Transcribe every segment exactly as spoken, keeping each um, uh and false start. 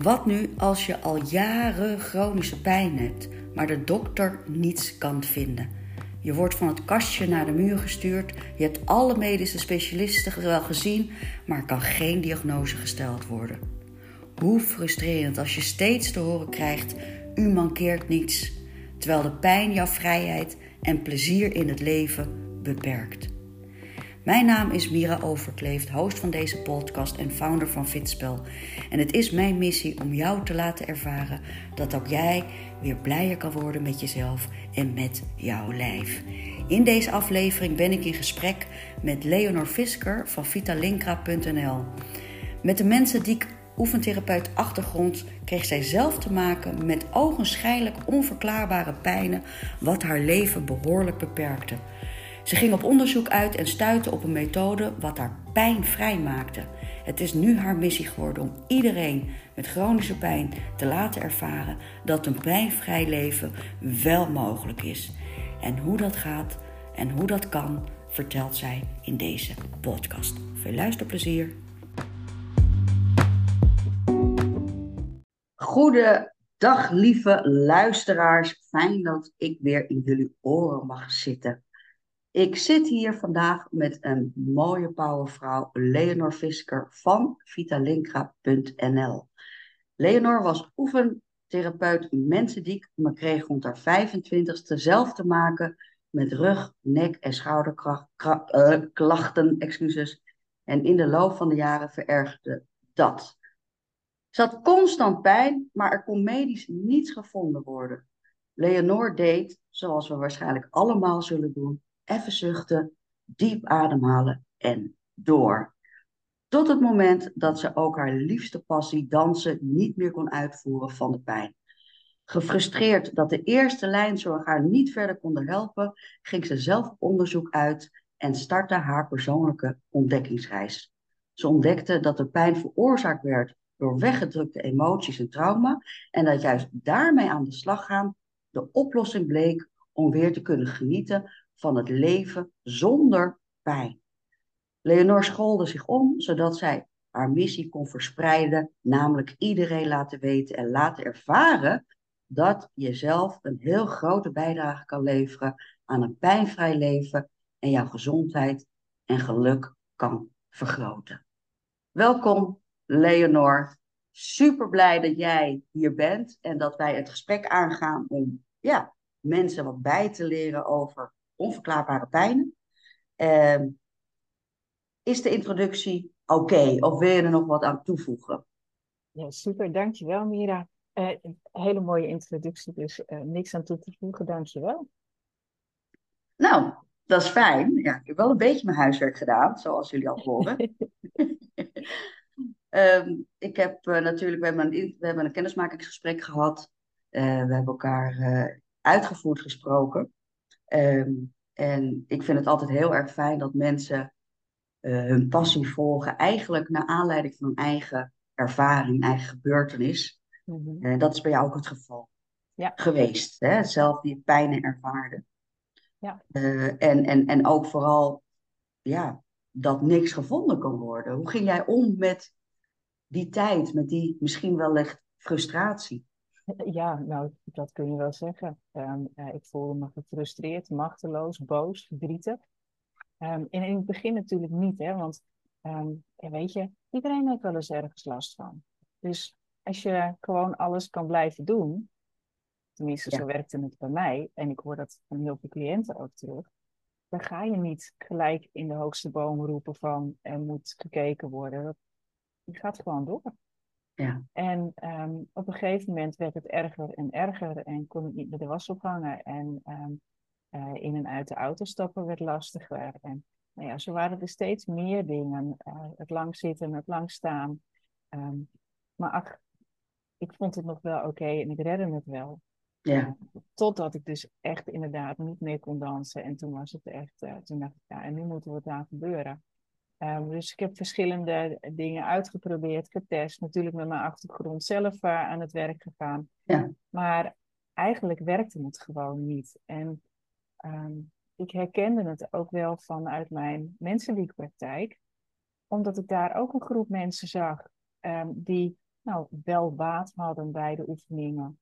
Wat nu als je al jaren chronische pijn hebt, maar de dokter niets kan vinden? Je wordt van het kastje naar de muur gestuurd, je hebt alle medische specialisten wel gezien, maar er kan geen diagnose gesteld worden. Hoe frustrerend als je steeds te horen krijgt, u mankeert niets, terwijl de pijn jouw vrijheid en plezier in het leven beperkt. Mijn naam is Mira Overkleeft, host van deze podcast en founder van Fitspel. En het is mijn missie om jou te laten ervaren dat ook jij weer blijer kan worden met jezelf en met jouw lijf. In deze aflevering ben ik in gesprek met Leonor Fisker van Vitalinkra punt n l. Met de mensen die ik oefentherapeut achtergrond kreeg zij zelf te maken met ogenschijnlijk onverklaarbare pijnen wat haar leven behoorlijk beperkte. Ze ging op onderzoek uit en stuitte op een methode wat haar pijn vrij maakte. Het is nu haar missie geworden om iedereen met chronische pijn te laten ervaren dat een pijnvrij leven wel mogelijk is. En hoe dat gaat en hoe dat kan, vertelt zij in deze podcast. Veel luisterplezier. Goedendag lieve luisteraars. Fijn dat ik weer in jullie oren mag zitten. Ik zit hier vandaag met een mooie powervrouw, Leonor Fisker van Vitalinkra punt n l. Leonor was oefentherapeut mensendiek, maar kreeg rond haar vijfentwintigste zelf te maken met rug, nek en schouderklachten. Uh, excuses. En in de loop van de jaren verergerde dat. Ze had constant pijn, maar er kon medisch niets gevonden worden. Leonor deed, zoals we waarschijnlijk allemaal zullen doen, even zuchten, diep ademhalen en door. Tot het moment dat ze ook haar liefste passie, dansen, niet meer kon uitvoeren van de pijn. Gefrustreerd dat de eerste lijnzorg haar niet verder konden helpen, ging ze zelf op onderzoek uit en startte haar persoonlijke ontdekkingsreis. Ze ontdekte dat de pijn veroorzaakt werd door weggedrukte emoties en trauma en dat juist daarmee aan de slag gaan de oplossing bleek om weer te kunnen genieten van het leven zonder pijn. Leonor schoolde zich om, zodat zij haar missie kon verspreiden, namelijk iedereen laten weten en laten ervaren dat je zelf een heel grote bijdrage kan leveren aan een pijnvrij leven en jouw gezondheid en geluk kan vergroten. Welkom Leonor, super blij dat jij hier bent en dat wij het gesprek aangaan om ja, mensen wat bij te leren over onverklaarbare pijnen. Uh, is de introductie oké? Okay, of wil je er nog wat aan toevoegen? Ja, super, dankjewel Mira. Uh, een hele mooie introductie, dus uh, niks aan toe te voegen, dankjewel. Nou, dat is fijn. Ja, ik heb wel een beetje mijn huiswerk gedaan, zoals jullie al horen. um, ik heb uh, natuurlijk, we hebben, een, we hebben een kennismakingsgesprek gehad. Uh, we hebben elkaar uh, uitgevoerd gesproken. Um, en ik vind het altijd heel erg fijn dat mensen uh, hun passie volgen, eigenlijk naar aanleiding van hun eigen ervaring, eigen gebeurtenis. Mm-hmm. Uh, dat is bij jou ook het geval ja. geweest, hè? Zelf die pijnen ervaarde. Ja. Uh, en, en, en ook vooral ja, dat niks gevonden kan worden. Hoe ging jij om met die tijd, met die misschien wellicht frustratie? Ja, nou, dat kun je wel zeggen. Um, uh, ik voelde me gefrustreerd, machteloos, boos, verdrietig. Um, in, in het begin natuurlijk niet, hè, want um, weet je, iedereen heeft wel eens ergens last van. Dus als je gewoon alles kan blijven doen, tenminste ja. zo werkte het bij mij, en ik hoor dat van heel veel cliënten ook terug, dan ga je niet gelijk in de hoogste boom roepen van er moet gekeken worden. Je gaat gewoon door. Ja. En um, op een gegeven moment werd het erger en erger en kon ik niet meer de was ophangen. En um, uh, in en uit de auto stappen werd lastiger. En nou ja, zo waren er steeds meer dingen. Uh, het lang zitten, het lang staan. Um, maar ach, ik vond het nog wel oké okay en ik redde het wel. Ja. Uh, totdat ik dus echt inderdaad niet meer kon dansen. En toen was het echt, uh, toen dacht ik, ja, en nu moeten we het aan gebeuren. Um, dus ik heb verschillende dingen uitgeprobeerd, getest. Natuurlijk met mijn achtergrond zelf uh, aan het werk gegaan. Ja. Maar eigenlijk werkte het gewoon niet. En um, ik herkende het ook wel vanuit mijn mensendiekpraktijk. Omdat ik daar ook een groep mensen zag um, die nou, wel baat hadden bij de oefeningen,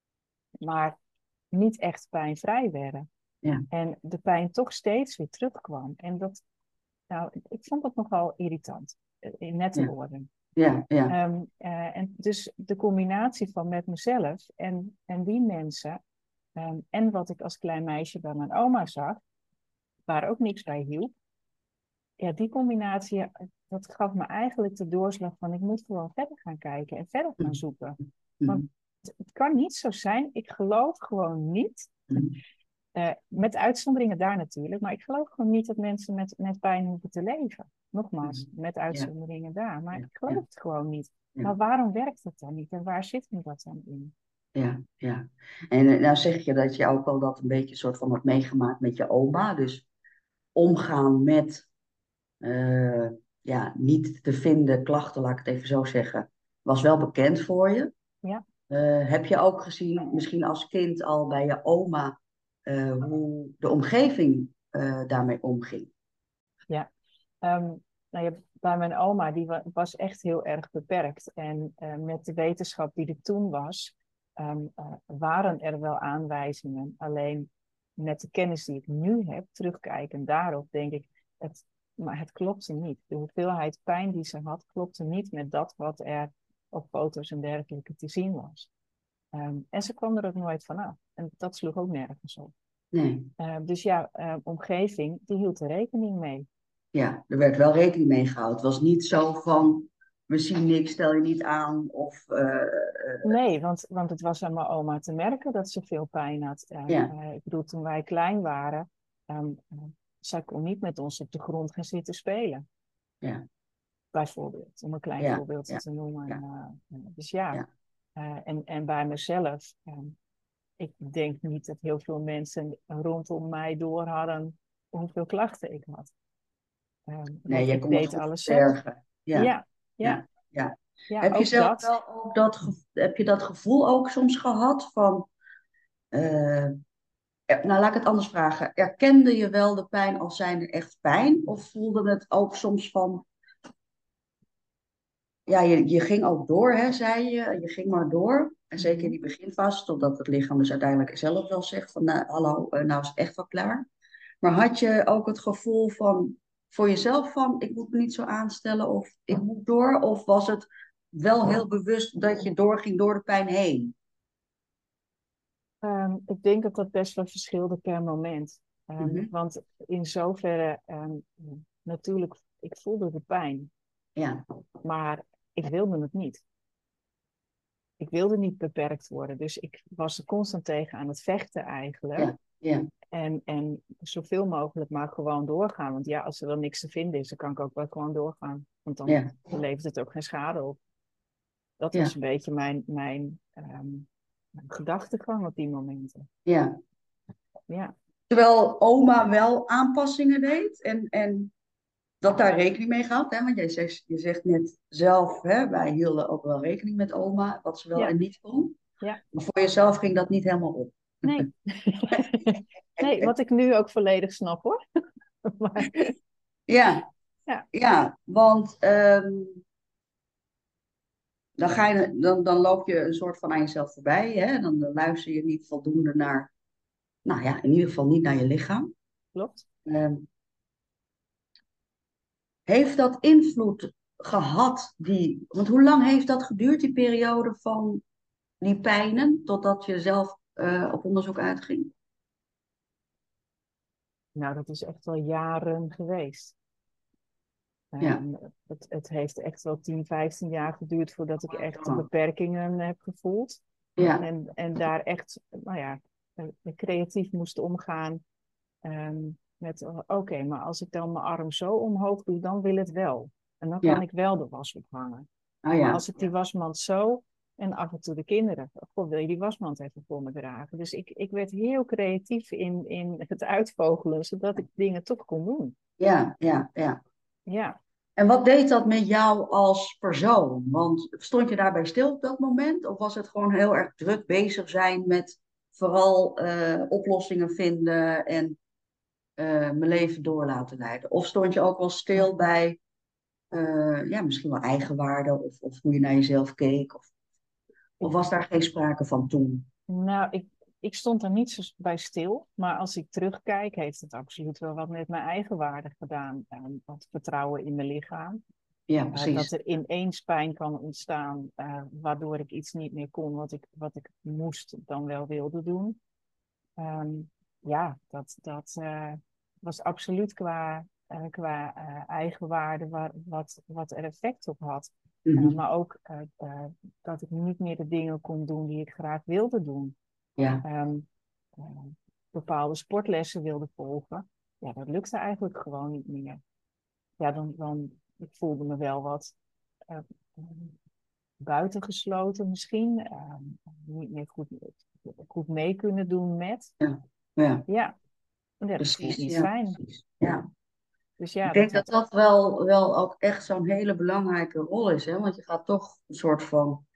maar niet echt pijnvrij werden. Ja. En de pijn toch steeds weer terugkwam. En dat, nou, ik vond dat nogal irritant, in nette Ja. woorden. Ja. Ja. Um, uh, en dus de combinatie van met mezelf en, en die mensen, um, en wat ik als klein meisje bij mijn oma zag, waar ook niks bij hielp, ja, die combinatie, dat gaf me eigenlijk de doorslag van ik moet gewoon verder gaan kijken en verder gaan zoeken. Want Mm. het, het kan niet zo zijn, ik geloof gewoon niet, Mm. uh, met uitzonderingen daar natuurlijk, maar ik geloof gewoon niet dat mensen met, met pijn hoeven te leven. Nogmaals, Mm. met uitzonderingen ja. daar, maar Ja. ik geloof Ja. het gewoon niet. Ja. Maar waarom werkt het dan niet en waar zit me dat dan in? Ja, ja. En eh, nou zeg je dat je ook wel dat een beetje soort van hebt meegemaakt met je oma. Dus omgaan met uh, ja, niet te vinden klachten, laat ik het even zo zeggen, was wel bekend voor je. Ja. Uh, heb je ook gezien, misschien als kind al bij je oma, uh, hoe de omgeving uh, daarmee omging? Ja, um, nou ja, bij mijn oma, die wa was echt heel erg beperkt. En uh, met de wetenschap die er toen was, um, uh, waren er wel aanwijzingen. Alleen met de kennis die ik nu heb, terugkijkend daarop, denk ik, het, maar het klopte niet. De hoeveelheid pijn die ze had, klopte niet met dat wat er op foto's en dergelijke te zien was. Um, en ze kwam er ook nooit vanaf. En dat sloeg ook nergens op. Nee. Uh, dus ja, uh, omgeving, die hield er rekening mee. Ja, er werd wel rekening mee gehouden. Het was niet zo van, we zien niks, stel je niet aan. Of, uh, uh... Nee, want, want het was aan mijn oma te merken dat ze veel pijn had. Uh, ja. uh, ik bedoel, toen wij klein waren, um, uh, zij kon niet met ons op de grond gaan zitten spelen. Ja. Bijvoorbeeld, om een klein Ja. voorbeeld Ja. te noemen. Ja. Uh, dus ja, ja. Uh, en, en bij mezelf, um, ik denk niet dat heel veel mensen rondom mij door hadden hoeveel klachten ik had. Um, Nee, je ik kon het deed goed alles zelf. verbergen. Ja. Ja, ja, Ja. Ja. ja, Heb je ook zelf dat. wel ook dat, gevo- heb je dat gevoel ook soms gehad van, uh, nou laat ik het anders vragen, erkende je wel de pijn als zijnde echt pijn? Of voelde het ook soms van, ja, je, je ging ook door, hè, zei je, je ging maar door. En zeker in die beginfase, totdat het lichaam dus uiteindelijk zelf wel zegt van, nou, hallo, nou is het echt wel klaar. Maar had je ook het gevoel van, voor jezelf van, ik moet me niet zo aanstellen of ik moet door? Of was het wel heel bewust dat je doorging door de pijn heen? Um, ik denk dat dat best wel verschilde per moment. Um, Mm-hmm. Want in zoverre, um, natuurlijk, ik voelde de pijn. Ja. Maar ik wilde het niet. Ik wilde niet beperkt worden. Dus ik was er constant tegen aan het vechten eigenlijk. Ja. Ja. En, en zoveel mogelijk maar gewoon doorgaan. Want ja, als er wel niks te vinden is, dan kan ik ook wel gewoon doorgaan. Want dan Ja. levert het ook geen schade op. Dat Ja. was een beetje mijn, mijn, um, mijn gedachtegang op die momenten. Ja. Ja. Terwijl oma wel aanpassingen deed en, en dat daar rekening mee gehad. Hè? Want jij zegt, je zegt net zelf, hè, wij hielden ook wel rekening met oma, wat ze wel Ja. en niet kon. Ja. Maar voor jezelf ging dat niet helemaal op. Nee. Nee, wat ik nu ook volledig snap hoor. Maar, ja. ja. Ja, want um, dan, ga je, dan, dan loop je een soort van aan jezelf voorbij. Hè? Dan, dan luister je niet voldoende naar, nou ja, in ieder geval niet naar je lichaam. Klopt. Um, heeft dat invloed gehad, die, want hoe lang heeft dat geduurd, die periode van die pijnen, totdat je zelf uh, op onderzoek uitging? Nou, dat is echt wel jaren geweest. Ja. Um, het, het heeft echt wel tien, vijftien jaar geduurd voordat ik echt de Oh. beperkingen heb gevoeld. Ja. En, en daar echt, nou ja, creatief moest omgaan. Um, met, oké, okay, maar als ik dan mijn arm zo omhoog doe, dan wil het wel. En dan kan Ja. ik wel de was ophangen. Oh, ja. Maar als ik die wasmand zo, en af en toe de kinderen, goh, wil je die wasmand even voor me dragen? Dus ik, ik werd heel creatief in, in het uitvogelen, zodat ik dingen toch kon doen. Ja, ja, ja. Ja. En wat deed dat met jou als persoon? Want stond je daarbij stil op dat moment? Of was het gewoon heel erg druk bezig zijn met vooral uh, oplossingen vinden en uh, mijn leven door laten leiden? Of stond je ook wel stil bij uh, ja, misschien wel eigenwaarde of, of hoe je naar jezelf keek? Of, of was daar geen sprake van toen? Nou, ik, ik stond er niet zo bij stil. Maar als ik terugkijk, heeft het absoluut wel wat met mijn eigen waarde gedaan. En wat vertrouwen in mijn lichaam. Ja, Uh, dat precies. er ineens pijn kan ontstaan, uh, waardoor ik iets niet meer kon wat ik, wat ik moest dan wel wilde doen. Um, ja, dat, dat uh, was absoluut qua, uh, qua uh, eigenwaarde waar, wat, wat er effect op had. Uh, Mhm. maar ook uh, uh, dat ik niet meer de dingen kon doen die ik graag wilde doen. Ja, Um, uh, bepaalde sportlessen wilde volgen. Ja, dat lukte eigenlijk gewoon niet meer. Ja, dan, dan ik voelde me wel wat uh, buitengesloten misschien. Uh, niet meer goed, goed mee kunnen doen met. ja, ja, Ja, ja, dat voelt precies. niet Ja, fijn. precies. Ja. Dus Ik ja, dat denk dat had... dat wel, wel ook echt zo'n hele belangrijke rol is, hè? Want je gaat toch een soort van.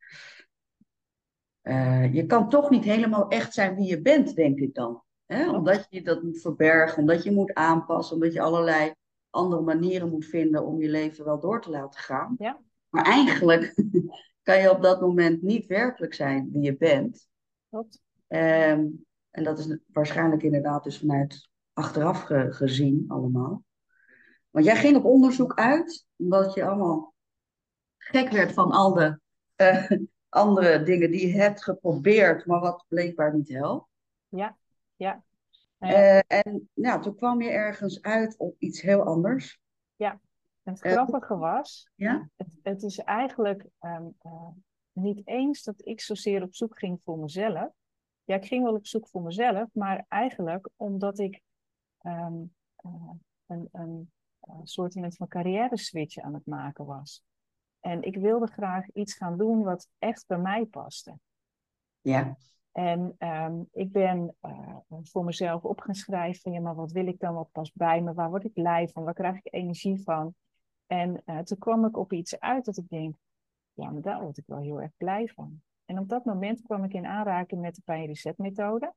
Uh, je kan toch niet helemaal echt zijn wie je bent, denk ik dan. Hè? Klopt. Omdat je dat moet verbergen, omdat je moet aanpassen, omdat je allerlei andere manieren moet vinden om je leven wel door te laten gaan. Ja, Maar eigenlijk kan je op dat moment niet werkelijk zijn wie je bent. klopt. Um, en dat is waarschijnlijk inderdaad dus vanuit achteraf ge- gezien allemaal. Want jij ging op onderzoek uit, omdat je allemaal gek werd van al de uh, andere dingen die je hebt geprobeerd, maar wat blijkbaar niet helpt. Ja, ja. Nou ja, Uh, en ja, toen kwam je ergens uit op iets heel anders. ja. En het Uh, grappige was, ja? het, het is eigenlijk um, uh, niet eens dat ik zozeer op zoek ging voor mezelf. Ja, ik ging wel op zoek voor mezelf, maar eigenlijk omdat ik um, uh, een, een, een soort van carrière switch aan het maken was. En ik wilde graag iets gaan doen wat echt bij mij paste. Ja. En um, ik ben uh, voor mezelf op gaan schrijven van, ja, maar wat wil ik dan, wat past bij me, waar word ik blij van, waar krijg ik energie van? En uh, toen kwam ik op iets uit dat ik denk, ja, maar daar word ik wel heel erg blij van. En op dat moment kwam ik in aanraking met de pijn-reset-methode.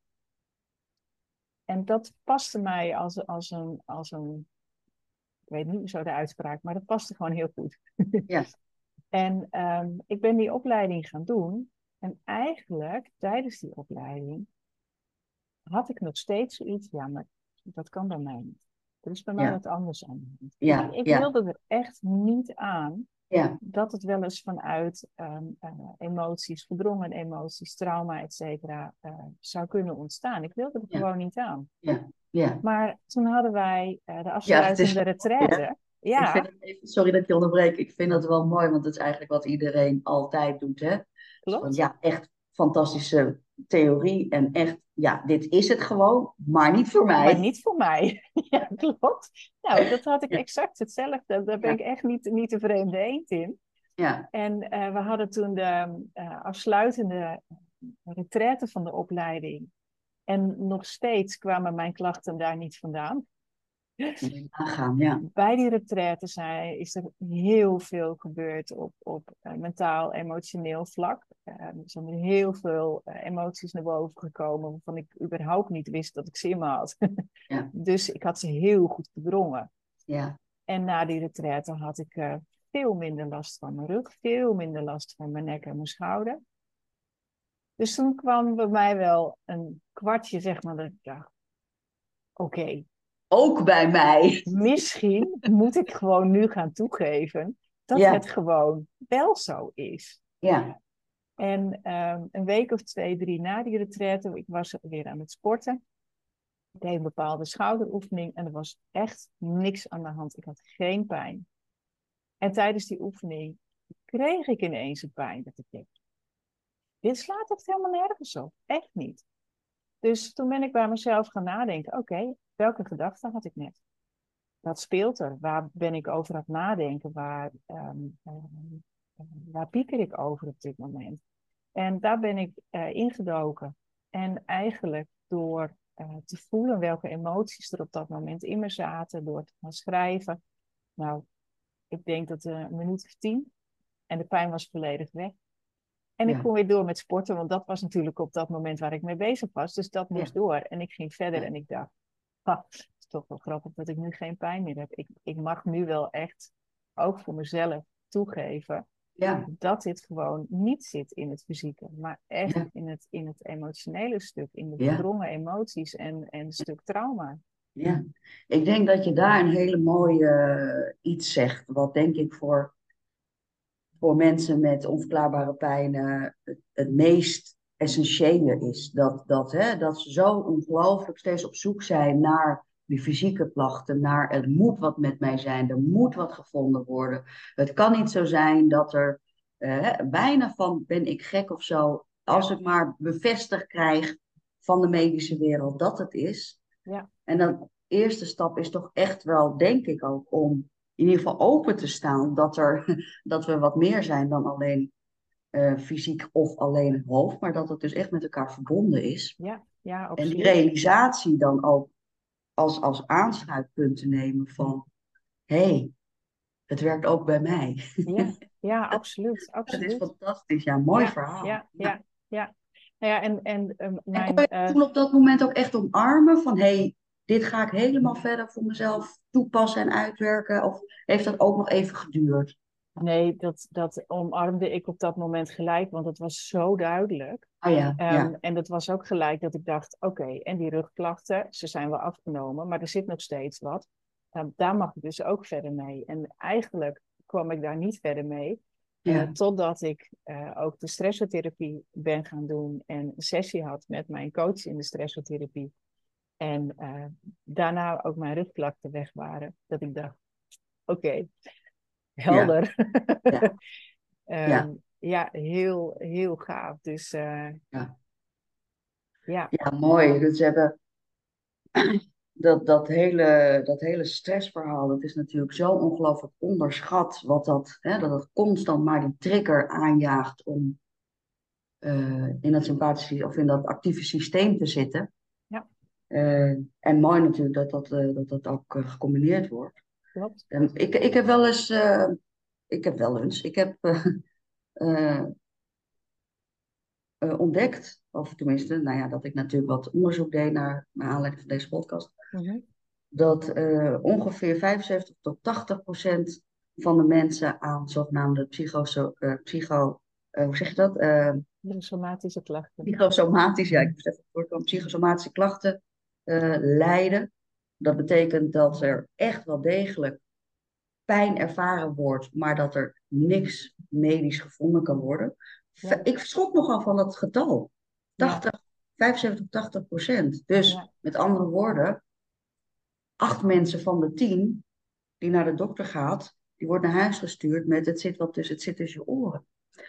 En dat paste mij als, als, een, als een, ik weet niet zo de uitspraak, maar dat paste gewoon heel goed. Ja. En um, ik ben die opleiding gaan doen. En eigenlijk, tijdens die opleiding, had ik nog steeds zoiets, ja, maar dat kan bij mij niet. Er is bij mij Ja. wat anders aan de hand. Ik, Ja. ik Ja. wilde er echt niet aan Ja. dat het wel eens vanuit um, uh, emoties, verdrongen emoties, trauma, et cetera, uh, zou kunnen ontstaan. Ik wilde er Ja. gewoon niet aan. Ja. Ja. Maar toen hadden wij uh, de Ja, het is afsluitende wel mooi, hè? retraite. Ik vind Ja, het even, sorry dat ik je onderbreek. Ik vind dat wel mooi, want dat is eigenlijk wat iedereen altijd doet, hè? Dus van, klopt. ja, echt fantastische theorie en echt, ja, dit is het gewoon, maar niet voor Maar mij. niet voor mij. Ja, klopt. Nou, dat had ik Ja, exact hetzelfde. Daar ben ik ja, echt niet, niet de vreemde eend in. ja, En uh, we hadden toen de uh, afsluitende retraite van de opleiding. En nog steeds kwamen mijn klachten daar niet vandaan. moet je nagaan, ja. Bij die retraite zijn, is er heel veel gebeurd op, op uh, mentaal, emotioneel vlak. Uh, er zijn er heel veel uh, emoties naar boven gekomen waarvan ik überhaupt niet wist dat ik ze in me had. Ja, Dus ik had ze heel goed verdrongen. ja, En na die retraite had ik uh, veel minder last van mijn rug, veel minder last van mijn nek en mijn schouder. Dus toen kwam bij mij wel een kwartje, zeg maar, dat ik dacht, oké, okay, ook bij mij. misschien moet ik gewoon nu gaan toegeven dat het Ja, gewoon wel zo is. ja, En um, een week of twee, drie na die retraite, ik was weer aan het sporten. Ik deed een bepaalde schouderoefening en er was echt niks aan de hand. Ik had geen pijn. En tijdens die oefening kreeg ik ineens een pijn. Dat ik denk, dit slaat echt helemaal nergens op. Echt niet. Dus toen ben ik bij mezelf gaan nadenken. Oké, okay, welke gedachte had ik net? Wat speelt er? Waar ben ik over aan het nadenken? Waar, um, um, waar pieker ik over op dit moment? En daar ben ik uh, ingedoken. En eigenlijk door uh, te voelen welke emoties er op dat moment in me zaten, door te gaan schrijven. Nou, ik denk dat uh, een minuut of tien. En de pijn was volledig weg. En ik ja, kon weer door met sporten, want dat was natuurlijk op dat moment waar ik mee bezig was. Dus dat moest ja, door. En ik ging verder ja, en ik dacht, ha, het is toch wel grappig dat ik nu geen pijn meer heb. Ik, ik mag nu wel echt ook voor mezelf toegeven Ja, dat dit gewoon niet zit in het fysieke, maar echt ja, in het, in het emotionele stuk, in de ja, verdrongen emoties en, en een stuk trauma. ja. Ik denk dat je daar een hele mooie eh, iets zegt, wat denk ik voor, voor mensen met onverklaarbare pijn eh, het, het meest essentiële is. Dat, dat, hè, dat ze zo ongelooflijk steeds op zoek zijn naar die fysieke klachten, naar het moet wat met mij zijn, er moet wat gevonden worden. Het kan niet zo zijn dat er eh, bijna van ben ik gek of zo, als Ja, ik maar bevestigd krijg van de medische wereld dat het is. ja, En dan eerste stap is toch echt wel, denk ik ook, om in ieder geval open te staan dat, er, dat we wat meer zijn dan alleen eh, fysiek of alleen het hoofd, maar dat het dus echt met elkaar verbonden is. ja, ja, En die absoluut. realisatie dan ook als, als aansluitpunt te nemen van, hé, hey, het werkt ook bij mij. Ja, ja, absoluut, Het is absoluut. fantastisch, ja, mooi Ja, verhaal. ja, Ja. ja, ja. Nou ja, en, en eh, En kon mijn, je eh, toen op dat moment ook echt omarmen van, hé, hey, dit ga ik helemaal verder voor mezelf toepassen en uitwerken? Of heeft dat ook nog even geduurd? nee, dat, dat omarmde ik op dat moment gelijk, want het was zo duidelijk. Ah ja, Ehm, ja, en dat was ook gelijk dat ik dacht, oké, en die rugklachten, ze zijn wel afgenomen, maar er zit nog steeds wat. Ehm, daar mag ik dus ook verder mee. En eigenlijk kwam ik daar niet verder mee, eh, ja, totdat ik eh, ook de stressotherapie ben gaan doen en een sessie had met mijn coach in de stressotherapie. En eh, daarna ook mijn rugklachten weg waren. Dat ik dacht, oké, ja, helder. ja, Ehm, ja, ja, heel, heel gaaf. Dus eh, ja. ja, Ja, mooi. Dus ze hebben dat, dat hele, dat hele stressverhaal, dat is natuurlijk zo ongelooflijk onderschat, wat dat, hè, dat het constant maar die trigger aanjaagt om eh, in dat sympathische of in dat actieve systeem te zitten. ja, Eh, en mooi natuurlijk dat dat, eh, dat, dat ook eh, gecombineerd wordt. klopt. En ik, ik heb wel eens, eh, ik heb wel eens, ik heb eh, eh, eh, ontdekt, of tenminste, nou ja, dat ik natuurlijk wat onderzoek deed naar, naar aanleiding van deze podcast, Mhm. dat eh, ongeveer vijfenzeventig tot tachtig procent van de mensen aan zogenaamde psycho, uh, psycho uh, hoe zeg je dat? Uh, De somatische klachten. psychosomatische, ja, ik moet even voorkomen, psychosomatische klachten uh, lijden. Dat betekent dat er echt wel degelijk pijn ervaren wordt, maar dat er niks medisch gevonden kan worden. Ja, Ik schrok nogal van dat getal. ja, tachtig, vijfenzeventig, tachtig procent. Dus ja. met andere woorden, acht mensen van de tien die naar de dokter gaat, die wordt naar huis gestuurd met het zit wat tussen, het zit tussen je oren.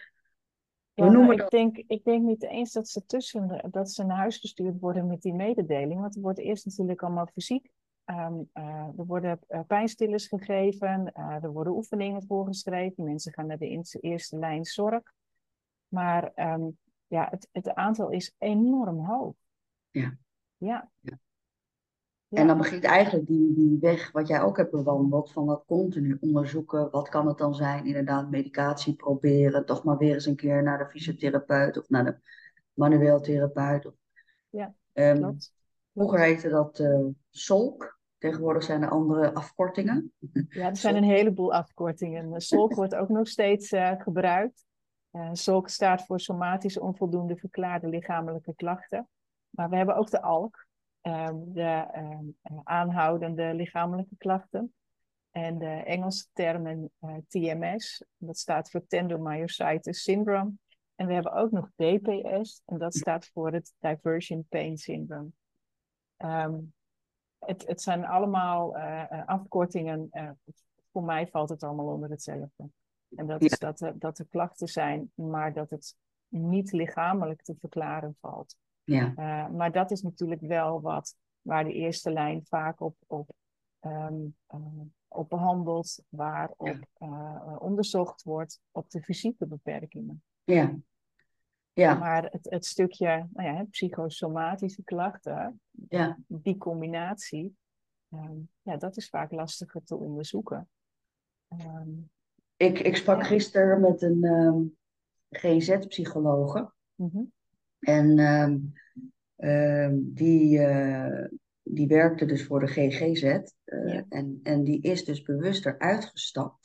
We Ja, nou, noemen ik dat, denk, ik denk niet eens dat ze tussen de- dat ze naar huis gestuurd worden met die mededeling. Want er wordt eerst natuurlijk allemaal fysiek. ehm, eh, er worden eh, pijnstillers gegeven, eh, er worden oefeningen voorgeschreven. Mensen gaan naar de in- eerste lijn zorg. Maar ehm, ja, het, het aantal is enorm hoog. ja. Ja, Ja. En ja, dan begint eigenlijk die, die weg wat jij ook hebt bewandeld, van dat continu onderzoeken, wat kan het dan zijn? Inderdaad, medicatie proberen, toch maar weer eens een keer naar de fysiotherapeut of naar de manueel therapeut. Of, ja, ehm, klopt. vroeger Klopt. heette dat eh SOLK, tegenwoordig zijn er andere afkortingen. Ja, er zijn een SOLK. heleboel afkortingen. S O L K wordt ook nog steeds eh, gebruikt. Uh, S O L K staat voor somatische onvoldoende verklaarde lichamelijke klachten. Maar we hebben ook de A L K, um, de um, aanhoudende lichamelijke klachten. En de Engelse termen uh, T M S, dat staat voor Tendomyositis Syndrome. En we hebben ook nog D P S, en dat staat voor het Diversion Pain Syndrome. Um, het, het zijn allemaal uh, afkortingen. Uh, voor mij valt het allemaal onder hetzelfde. En dat is Ja, dat, uh, dat er klachten zijn, maar dat het niet lichamelijk te verklaren valt. ja, Uh, maar dat is natuurlijk wel wat waar de eerste lijn vaak op, op, um, uh, op behandelt, waarop ja, uh, onderzocht wordt op de fysieke beperkingen. ja, ja, Maar het, het stukje nou ja, psychosomatische klachten, ja. die combinatie, Um, ja, dat is vaak lastiger te onderzoeken. Um, Ik, ik sprak ja. gisteren met een um, G Z-psychologe. Mm-hmm. En um, um, die, uh, die werkte dus voor de G G Z. Uh, Ja. en, en die is dus bewust eruit gestapt.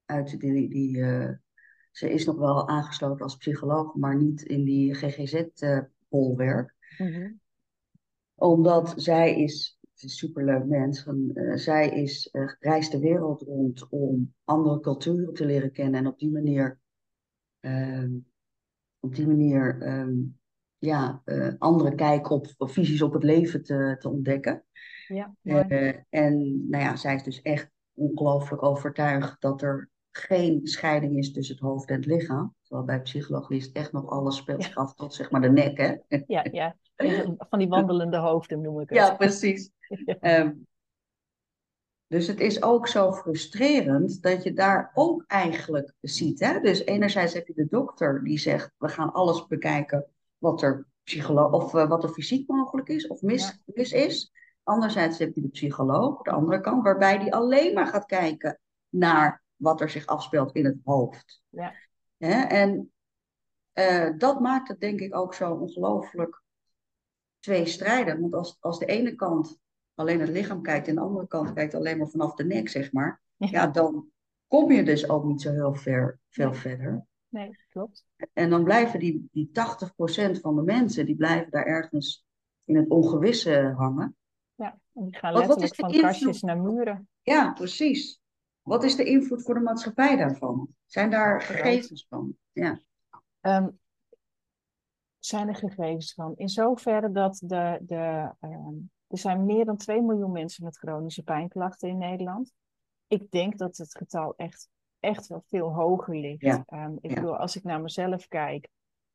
uit die, die uh, ze is nog wel aangesloten als psycholoog, maar niet in die G G Z-bolwerk. Uh, Mm-hmm. Omdat zij is, het is een superleuk mens, en, uh, zij is, uh, reist de wereld rond om andere culturen te leren kennen en op die manier, uh, op die manier um, ja, uh, andere kijk op, of visies op het leven te, te ontdekken. Ja, Uh, en nou ja, zij is dus echt ongelooflijk overtuigd dat er geen scheiding is tussen het hoofd en het lichaam. Terwijl bij psychologie is het echt nog alles speelt zich ja, af tot zeg maar de nek, hè? ja, ja. Van die wandelende hoofden noem ik het. Ja, precies. Ja. Um, dus het is ook zo frustrerend dat je daar ook eigenlijk ziet. Hè? Dus enerzijds heb je de dokter die zegt, we gaan alles bekijken wat er, psycholo- of, uh, wat er fysiek mogelijk is of mis, Ja. mis is. Anderzijds heb je de psycholoog, de andere kant, waarbij die alleen maar gaat kijken naar wat er zich afspeelt in het hoofd. Ja. Hè? En uh, dat maakt het denk ik ook zo ongelooflijk tweestrijdig. Want als, als de ene kant alleen het lichaam kijkt en de andere kant kijkt alleen maar vanaf de nek, zeg maar. Ja, ja dan kom je dus ook niet zo heel ver, veel nee. verder. Nee, klopt. En dan blijven die, die tachtig procent van de mensen, die blijven daar ergens in het ongewisse hangen. Ja, en die gaan Want wat is letterlijk de van invloed? kastjes naar muren. Ja, precies. Wat is de invloed voor de maatschappij daarvan? Zijn daar gegevens van? Ja. Um, zijn er gegevens van? In zoverre dat de, de, um, er zijn meer dan twee miljoen mensen met chronische pijnklachten in Nederland. Ik denk dat het getal echt, echt wel veel hoger ligt. Ja. Um, ik ja. bedoel, als ik naar mezelf kijk,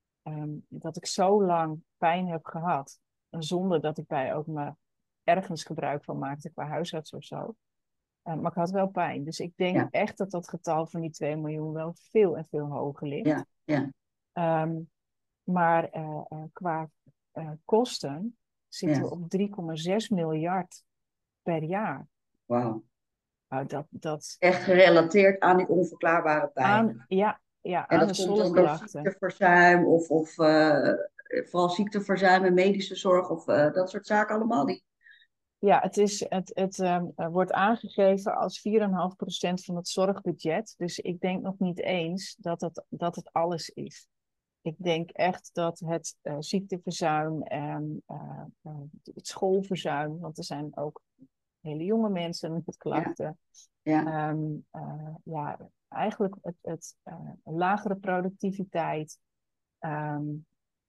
um, dat ik zo lang pijn heb gehad, zonder dat ik bij ook maar ergens gebruik van maakte qua huisarts of zo. Uh, maar ik had wel pijn. Dus ik denk ja. echt dat dat getal van die twee miljoen wel veel en veel hoger ligt. Ja. Ja. Um, maar uh, uh, qua uh, kosten zitten ja. we op drie komma zes miljard per jaar. Wauw. Nou, dat, dat... Echt gerelateerd aan die onverklaarbare pijn. Aan, ja, ja, en aan dat de komt dan door ziekteverzuim of, of uh, vooral ziekteverzuim en medische zorg of uh, dat soort zaken allemaal. Die... Ja, het, is, het, het um, wordt aangegeven als vier komma vijf procent van het zorgbudget. Dus ik denk nog niet eens dat het, dat het alles is. Ik denk echt dat het uh, ziekteverzuim en uh, uh, het schoolverzuim, want er zijn ook hele jonge mensen met klachten. Ja. Ja. Um, uh, ja, eigenlijk het, het uh, lagere productiviteit. Um,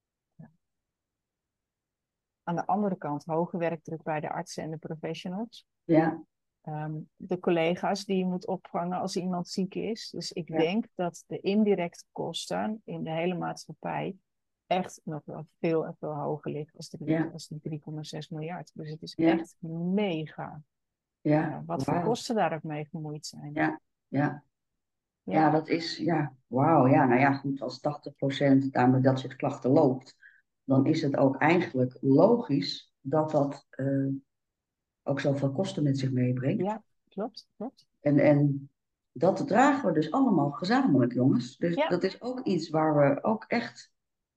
aan de andere kant hoge werkdruk bij de artsen en de professionals. Ja. Um, de collega's die je moet opvangen als iemand ziek is. Dus ik ja. denk dat de indirecte kosten in de hele maatschappij echt nog wel veel en veel hoger liggen als de, ja. als de drie komma zes miljard. Dus het is ja. echt mega. Ja. Uh, wat wow. voor kosten daar ook mee gemoeid zijn. Ja, ja. Ja, ja dat is, ja, wauw. Ja, nou ja, goed, als tachtig procent daarmee dat soort klachten loopt, dan is het ook eigenlijk logisch dat dat uh, ook zoveel kosten met zich meebrengt. Ja, klopt, klopt. En, en dat dragen we dus allemaal gezamenlijk, jongens. Dus ja. dat is ook iets waar we ook echt,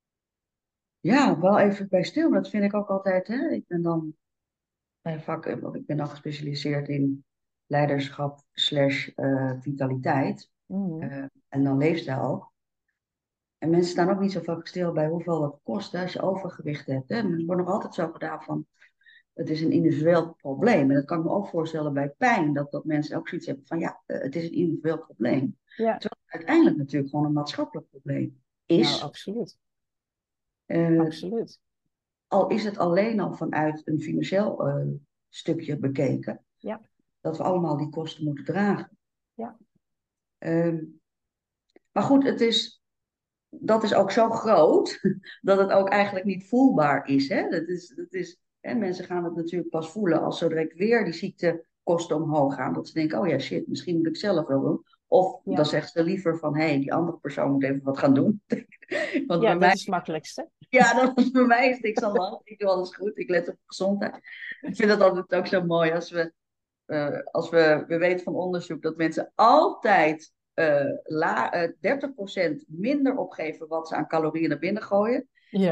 ja, wel even bij stil. Dat vind ik ook altijd, hè. Ik ben dan bij vak, ik ben dan gespecialiseerd in leiderschap slash uh, vitaliteit. Mm-hmm. Uh, en dan leefstijl ook. En mensen staan ook niet zo vaak stil bij hoeveel het kost hè, als je overgewicht hebt. Hè. Er wordt nog altijd zo gedaan van, het is een individueel probleem. En dat kan ik me ook voorstellen bij pijn, dat, dat mensen ook zoiets hebben van, ja, uh, het is een individueel probleem. Ja. Terwijl het uiteindelijk natuurlijk gewoon een maatschappelijk probleem is. Nou, absoluut. Uh, absoluut. Al is het alleen al vanuit een financieel uh, stukje bekeken. Ja. Dat we allemaal die kosten moeten dragen. Ja. Um, maar goed, het is, dat is ook zo groot dat het ook eigenlijk niet voelbaar is. Hè? Dat is, dat is, hè? Mensen gaan het natuurlijk pas voelen als zo direct weer die ziektekosten omhoog gaan. Dat ze denken, oh ja, shit, misschien moet ik zelf wel doen. Of ja. Dan zegt ze liever van, hé, hey, die andere persoon moet even wat gaan doen. Want ja, dat mij, is het makkelijkste. Ja, dat is, voor mij is niks aan de hand. Ik doe alles goed, ik let op gezondheid. Ik vind dat altijd ook zo mooi als we, uh, als we, we weten van onderzoek dat mensen altijd uh, la, uh, dertig procent minder opgeven wat ze aan calorieën naar binnen gooien. Ja. En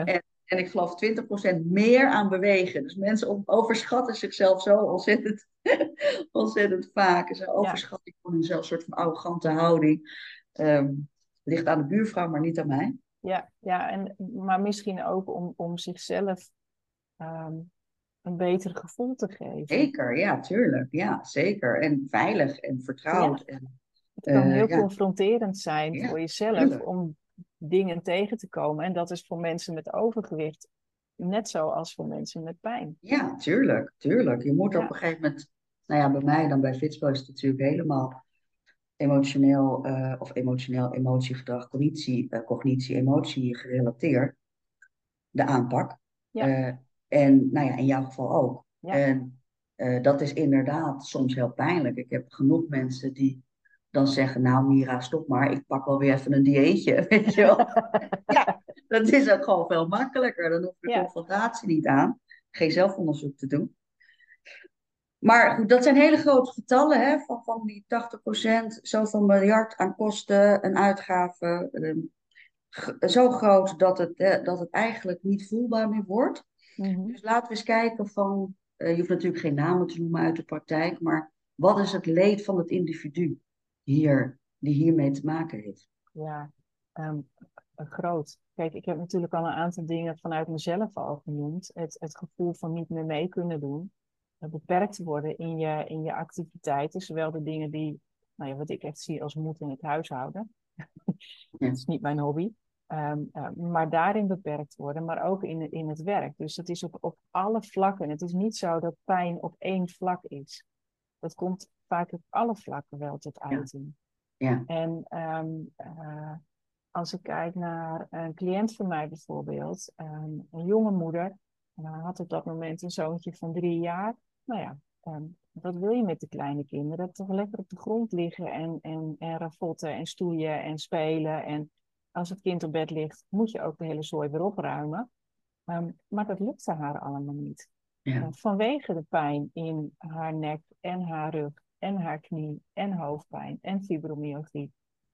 En ik geloof twintig procent meer aan bewegen. Dus mensen overschatten zichzelf zo ontzettend, ontzettend vaak. Ze Ja, overschatten gewoon hunzelf, een soort van arrogante houding. Um, ligt aan de buurvrouw, maar niet aan mij. ja, ja. En, maar misschien ook om, om zichzelf um, een beter gevoel te geven. Zeker, ja, tuurlijk. Ja, zeker. En veilig en vertrouwd. Ja, En, het kan uh, heel ja, confronterend zijn ja, voor jezelf tuurlijk. om dingen tegen te komen. En dat is voor mensen met overgewicht net zo als voor mensen met pijn. Ja, tuurlijk, tuurlijk. Je moet er op Ja, een gegeven moment, nou ja, bij mij dan bij Fitspo is het natuurlijk helemaal emotioneel, uh, of emotioneel, emotiegedrag, cognitie, uh, cognitie, emotie gerelateerd, de aanpak. ja, Uh, en nou ja, in jouw geval ook. ja. En uh, dat is inderdaad soms heel pijnlijk. Ik heb genoeg mensen die dan zeggen, nou Mira, stop maar, ik pak wel weer even een dieetje, weet je wel. Ja, dat is ook gewoon veel makkelijker. Dan hoef je de Ja, confrontatie niet aan. Geen zelfonderzoek te doen. Maar goed, dat zijn hele grote getallen, hè, van, van die tachtig procent, zoveel miljard aan kosten en uitgaven. Eh, zo groot dat het, eh, dat het eigenlijk niet voelbaar meer wordt. mhm. Dus laten we eens kijken van, uh, je hoeft natuurlijk geen namen te noemen uit de praktijk, maar wat is het leed van het individu hier, die hiermee te maken heeft? Ja, um, groot. Kijk, ik heb natuurlijk al een aantal dingen vanuit mezelf al genoemd. Het, het gevoel van niet meer mee kunnen doen. Beperkt worden in je, in je activiteiten. Zowel de dingen die, nou ja, wat ik echt zie als moed in het huishouden. Ja, Dat is niet mijn hobby. Um, uh, maar daarin beperkt worden, maar ook in, in het werk. Dus dat is op, op alle vlakken. Het is niet zo dat pijn op één vlak is. Dat komt vaak op alle vlakken wel tot ja, uiting. ja, En um, uh, als ik kijk naar een cliënt van mij bijvoorbeeld, um, een jonge moeder, en hij had op dat moment een zoontje van drie jaar. Nou ja, um, wat wil je met de kleine kinderen? Toch lekker op de grond liggen en, en, en ravotten en stoeien en spelen. En als het kind op bed ligt, moet je ook de hele zooi weer opruimen. Um, maar dat lukte haar allemaal niet. Uh, ja, vanwege de pijn in haar nek en haar rug en haar knie en hoofdpijn en fibromyalgie.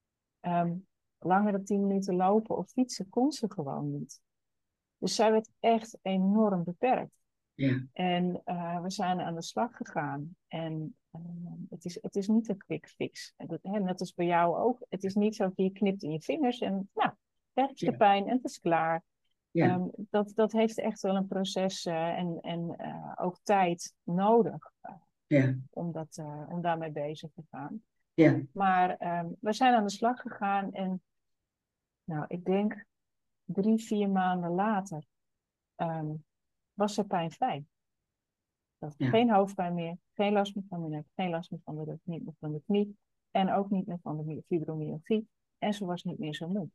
Um, langer dan tien minuten lopen of fietsen kon ze gewoon niet. Dus zij werd echt enorm beperkt. ja, En uh, we zijn aan de slag gegaan. En uh, het, is, het is niet een quick fix. Dat, hè, net als bij jou ook. Het is niet zo dat je knipt in je vingers en nou, weg is de ja, pijn en het is klaar. ja, Um, dat, dat heeft echt wel een proces uh, en, en uh, ook tijd nodig uh, ja, om, dat, uh, om daarmee bezig te gaan. ja, Maar um, we zijn aan de slag gegaan en nou, ik denk drie, vier maanden later um, was ze pijnvrij. Dat ja, geen hoofdpijn meer, geen last meer van de nek, geen last meer van de rug, niet meer van de knie en ook niet meer van de fibromyalgie. En ze was niet meer zo moe.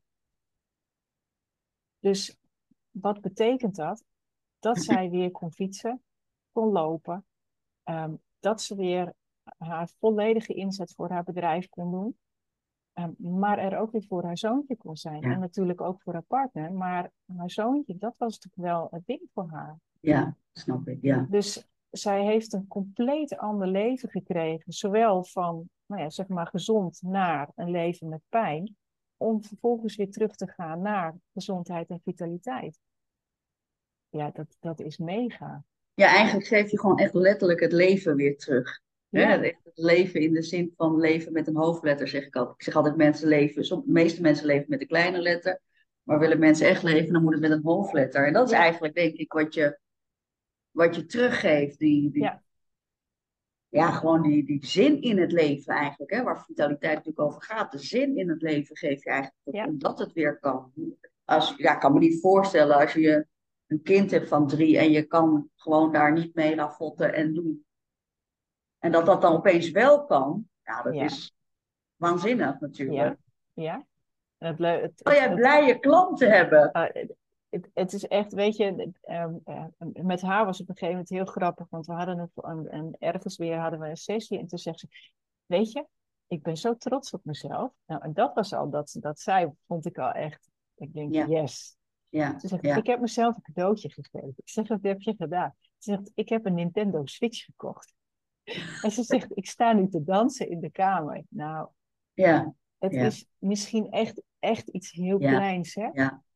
Dus wat betekent dat? Dat zij weer kon fietsen, kon lopen, um, dat ze weer haar volledige inzet voor haar bedrijf kon doen. Um, maar er ook weer voor haar zoontje kon zijn. En ja, natuurlijk ook voor haar partner. Maar haar zoontje, dat was natuurlijk wel het ding voor haar. ja, snap ik, ja, Dus zij heeft een compleet ander leven gekregen. Zowel van, nou ja, zeg maar gezond naar een leven met pijn. Om vervolgens weer terug te gaan naar gezondheid en vitaliteit. Ja, dat, dat is mega. ja, eigenlijk geef je gewoon echt letterlijk het leven weer terug. Hè? Het, Ja, echt het leven in de zin van leven met een hoofdletter, zeg ik altijd. Ik zeg altijd, mensen leven, som, de meeste mensen leven met een kleine letter. Maar willen mensen echt leven, dan moet het met een hoofdletter. En dat is ja, eigenlijk, denk ik, wat je, wat je teruggeeft. Die, die, ja, ja, gewoon die, die zin in het leven eigenlijk. Hè? Waar vitaliteit natuurlijk over gaat. De zin in het leven geef je eigenlijk, ja, omdat het weer kan. Als, ja, ik kan me niet voorstellen als je een kind hebt van drie en je kan gewoon daar niet mee ravotten en doen. En dat dat dan opeens wel kan, ja, dat ja, is waanzinnig natuurlijk. ja, ja. En het, leu- het, Wil het, jij het, blije klanten hebben? uh, het, het is echt, weet je, um, uh, met haar was het op een gegeven moment heel grappig, want we hadden een, een, een, ergens weer hadden we een sessie en toen zegt ze, weet je, ik ben zo trots op mezelf. Nou, en dat was al, dat, dat zij vond ik al echt, ik denk, Ja, yes. ja, Ze zegt, ik ja. heb mezelf een cadeautje gegeven. Ik zeg, wat heb je gedaan? Ze zegt, ik heb een Nintendo Switch gekocht. En ze zegt, ik sta nu te dansen in de kamer. Nou, Ja, het ja, is misschien echt, echt iets heel ja, kleins, hè? ja.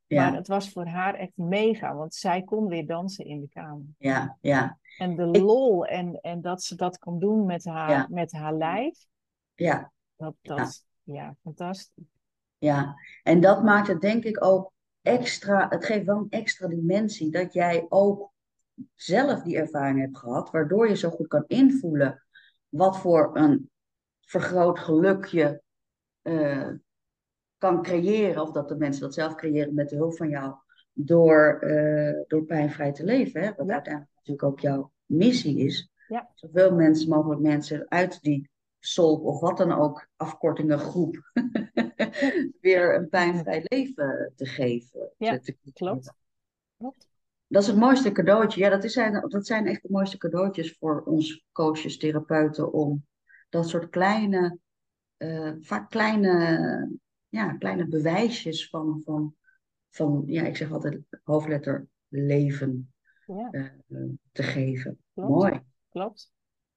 Maar ja, het was voor haar echt mega, want zij kon weer dansen in de kamer. ja, ja. En de Ik, lol en, en dat ze dat kon doen met haar, ja, met haar lijf, ja, dat, ja, dat, ja, fantastisch. ja. En dat maakt het denk ik ook extra, het geeft wel een extra dimensie dat jij ook zelf die ervaring hebt gehad, waardoor je zo goed kan invoelen wat voor een vergroot geluk je eh, kan creëren, of dat de mensen dat zelf creëren met de hulp van jou, door, eh, door pijnvrij te leven. Hè? Wat Ja, uiteindelijk natuurlijk ook jouw missie is. ja, Zoveel mensen mogelijk mensen uit die S O L P of wat dan ook, afkortingen groep, weer een pijnvrij leven te geven. Te, ja, te klopt, creëren. klopt. Dat is het mooiste cadeautje. Ja, dat, is, dat zijn echt de mooiste cadeautjes voor ons coaches, therapeuten, om dat soort kleine, eh, vaak kleine, ja, kleine bewijsjes van, van, van, ja, ik zeg altijd hoofdletter leven Ja, eh, eh, te geven. klopt, Mooi. klopt.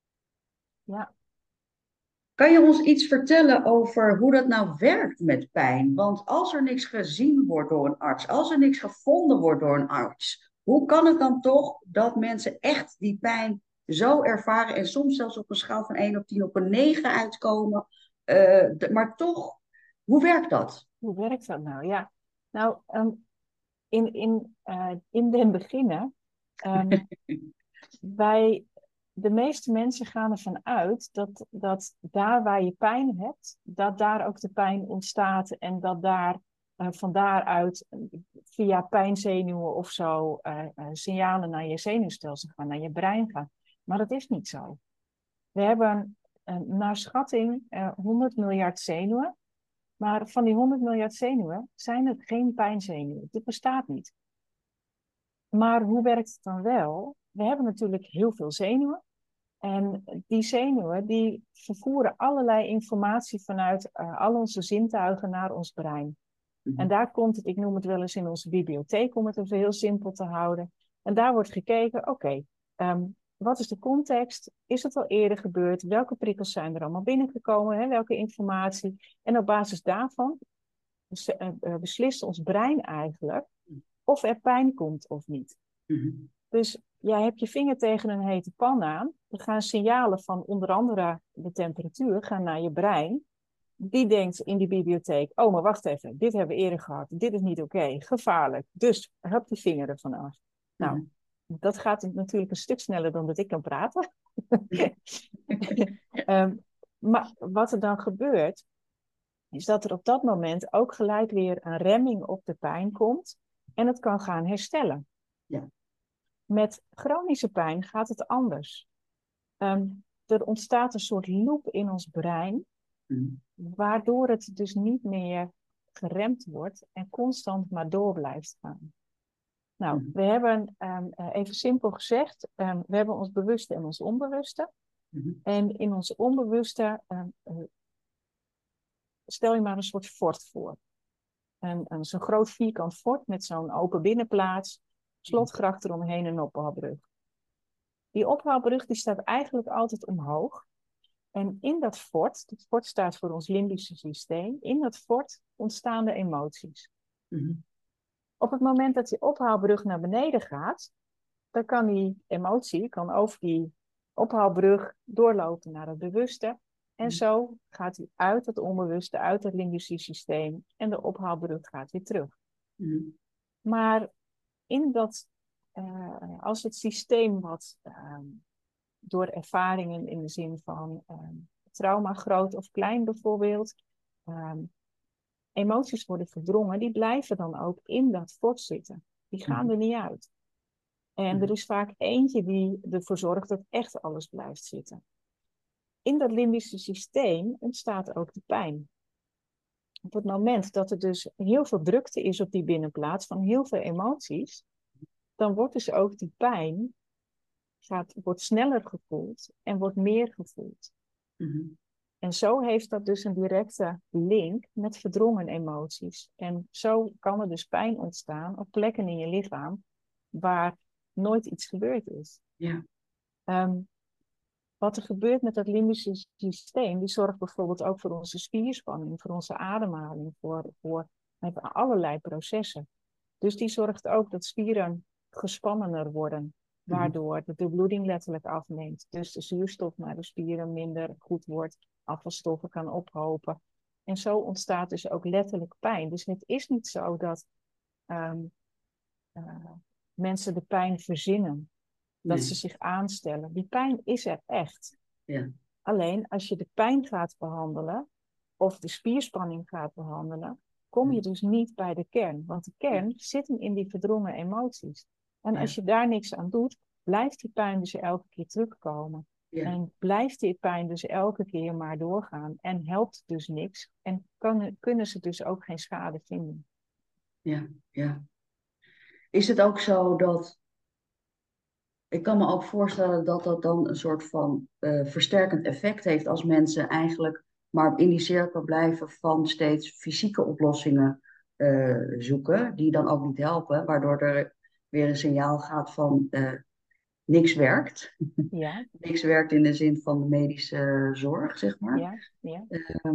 Ja. Kan je ons iets vertellen over hoe dat nou werkt met pijn? Want als er niks gezien wordt door een arts, als er niks gevonden wordt door een arts, hoe kan het dan toch dat mensen echt die pijn zo ervaren en soms zelfs op een schaal van één op tien op een negen uitkomen? Eh, de- maar toch, hoe werkt dat? Hoe werkt dat nou? Ja, nou, ehm, in, in, eh, in den beginnen, ehm, wij, de meeste mensen gaan ervan uit dat, dat daar waar je pijn hebt, dat daar ook de pijn ontstaat en dat daar eh, van daaruit eh, via pijnzenuwen of zo eh, eh, signalen naar je zenuwstelsel gaan, naar je brein gaan. Maar dat is niet zo. We hebben eh, naar schatting eh, honderd miljard zenuwen. Maar van die honderd miljard zenuwen zijn het geen pijnzenuwen. Dit bestaat niet. Maar hoe werkt het dan wel? We hebben natuurlijk heel veel zenuwen. En die zenuwen die vervoeren allerlei informatie vanuit uh, al onze zintuigen naar ons brein. En Mhm, daar komt het, ik noem het wel eens in onze bibliotheek, om het even heel simpel te houden. En daar wordt gekeken, oké, okay, um, wat is de context? Is het al eerder gebeurd? Welke prikkels zijn er allemaal binnengekomen? Hè? Welke informatie? En op basis daarvan beslist ons brein eigenlijk of er pijn komt of niet. mhm, Dus jij hebt je vinger tegen een hete pan aan. Er gaan signalen van onder andere de temperatuur gaan naar je brein. Die denkt in die bibliotheek, oh maar wacht even, dit hebben we eerder gehad. Dit is niet oké, okay, gevaarlijk. Dus heb die vinger ervan af. Nou, mhm. dat gaat natuurlijk een stuk sneller dan dat ik kan praten. um, maar wat er dan gebeurt, is dat er op dat moment ook gelijk weer een remming op de pijn komt en het kan gaan herstellen. Ja. Met chronische pijn gaat het anders. Um, er ontstaat een soort loop in ons brein, Mhm, waardoor het dus niet meer geremd wordt en constant maar door blijft gaan. Nou, mhm, we hebben, um, even simpel gezegd, um, we hebben ons bewuste en ons onbewuste. mhm, En in ons onbewuste um, uh, stel je maar een soort fort voor. Een, een, zo'n groot vierkant fort met zo'n open binnenplaats, slotgracht eromheen en een ophaalbrug. Die ophaalbrug die staat eigenlijk altijd omhoog. En in dat fort, het fort staat voor ons limbische systeem, in dat fort ontstaan de emoties. mhm, Op het moment dat die ophaalbrug naar beneden gaat, dan kan die emotie kan over die ophaalbrug doorlopen naar het bewuste. En mhm, zo gaat hij uit het onbewuste, uit het limbische systeem en de ophaalbrug gaat weer terug. mhm, Maar in dat, uh, als het systeem wat uh, door ervaringen in de zin van uh, trauma, groot of klein bijvoorbeeld, uh, emoties worden verdrongen, die blijven dan ook in dat fort zitten. Die gaan mhm, er niet uit. En er is vaak eentje die ervoor zorgt dat echt alles blijft zitten. In dat limbische systeem ontstaat ook de pijn. Op het moment dat er dus heel veel drukte is op die binnenplaats van heel veel emoties, dan wordt dus ook die pijn gaat, wordt sneller gevoeld en wordt meer gevoeld. mhm. En zo heeft dat dus een directe link met verdrongen emoties. En zo kan er dus pijn ontstaan op plekken in je lichaam waar nooit iets gebeurd is. Ja. Um, wat er gebeurt met dat limbische systeem, die zorgt bijvoorbeeld ook voor onze spierspanning, voor onze ademhaling, voor, voor allerlei processen. Dus die zorgt ook dat spieren gespannener worden, Mhm. waardoor de doorbloeding letterlijk afneemt. Dus de zuurstof naar de spieren minder goed wordt, afvalstoffen kan ophopen. En zo ontstaat dus ook letterlijk pijn. Dus het is niet zo dat um, uh, mensen de pijn verzinnen, dat ze Nee. zich aanstellen. Die pijn is er echt. Ja. Alleen als je de pijn gaat behandelen of de spierspanning gaat behandelen, kom je dus niet bij de kern. Want de Ja. kern zit hem in die verdrongen emoties. En als Ja. je daar niks aan doet, blijft die pijn dus elke keer terugkomen. Ja. En blijft die pijn dus elke keer maar doorgaan. En helpt dus niks. En kan, kunnen ze dus ook geen schade vinden. Ja. Ja. Is het ook zo dat, ik kan me ook voorstellen dat dat dan een soort van eh, versterkend effect heeft als mensen eigenlijk maar in die cirkel blijven van steeds fysieke oplossingen eh, zoeken, die dan ook niet helpen, waardoor er weer een signaal gaat van eh, niks werkt. Ja, Niks werkt in de zin van de medische zorg, zeg maar. ja, ja. Ehm,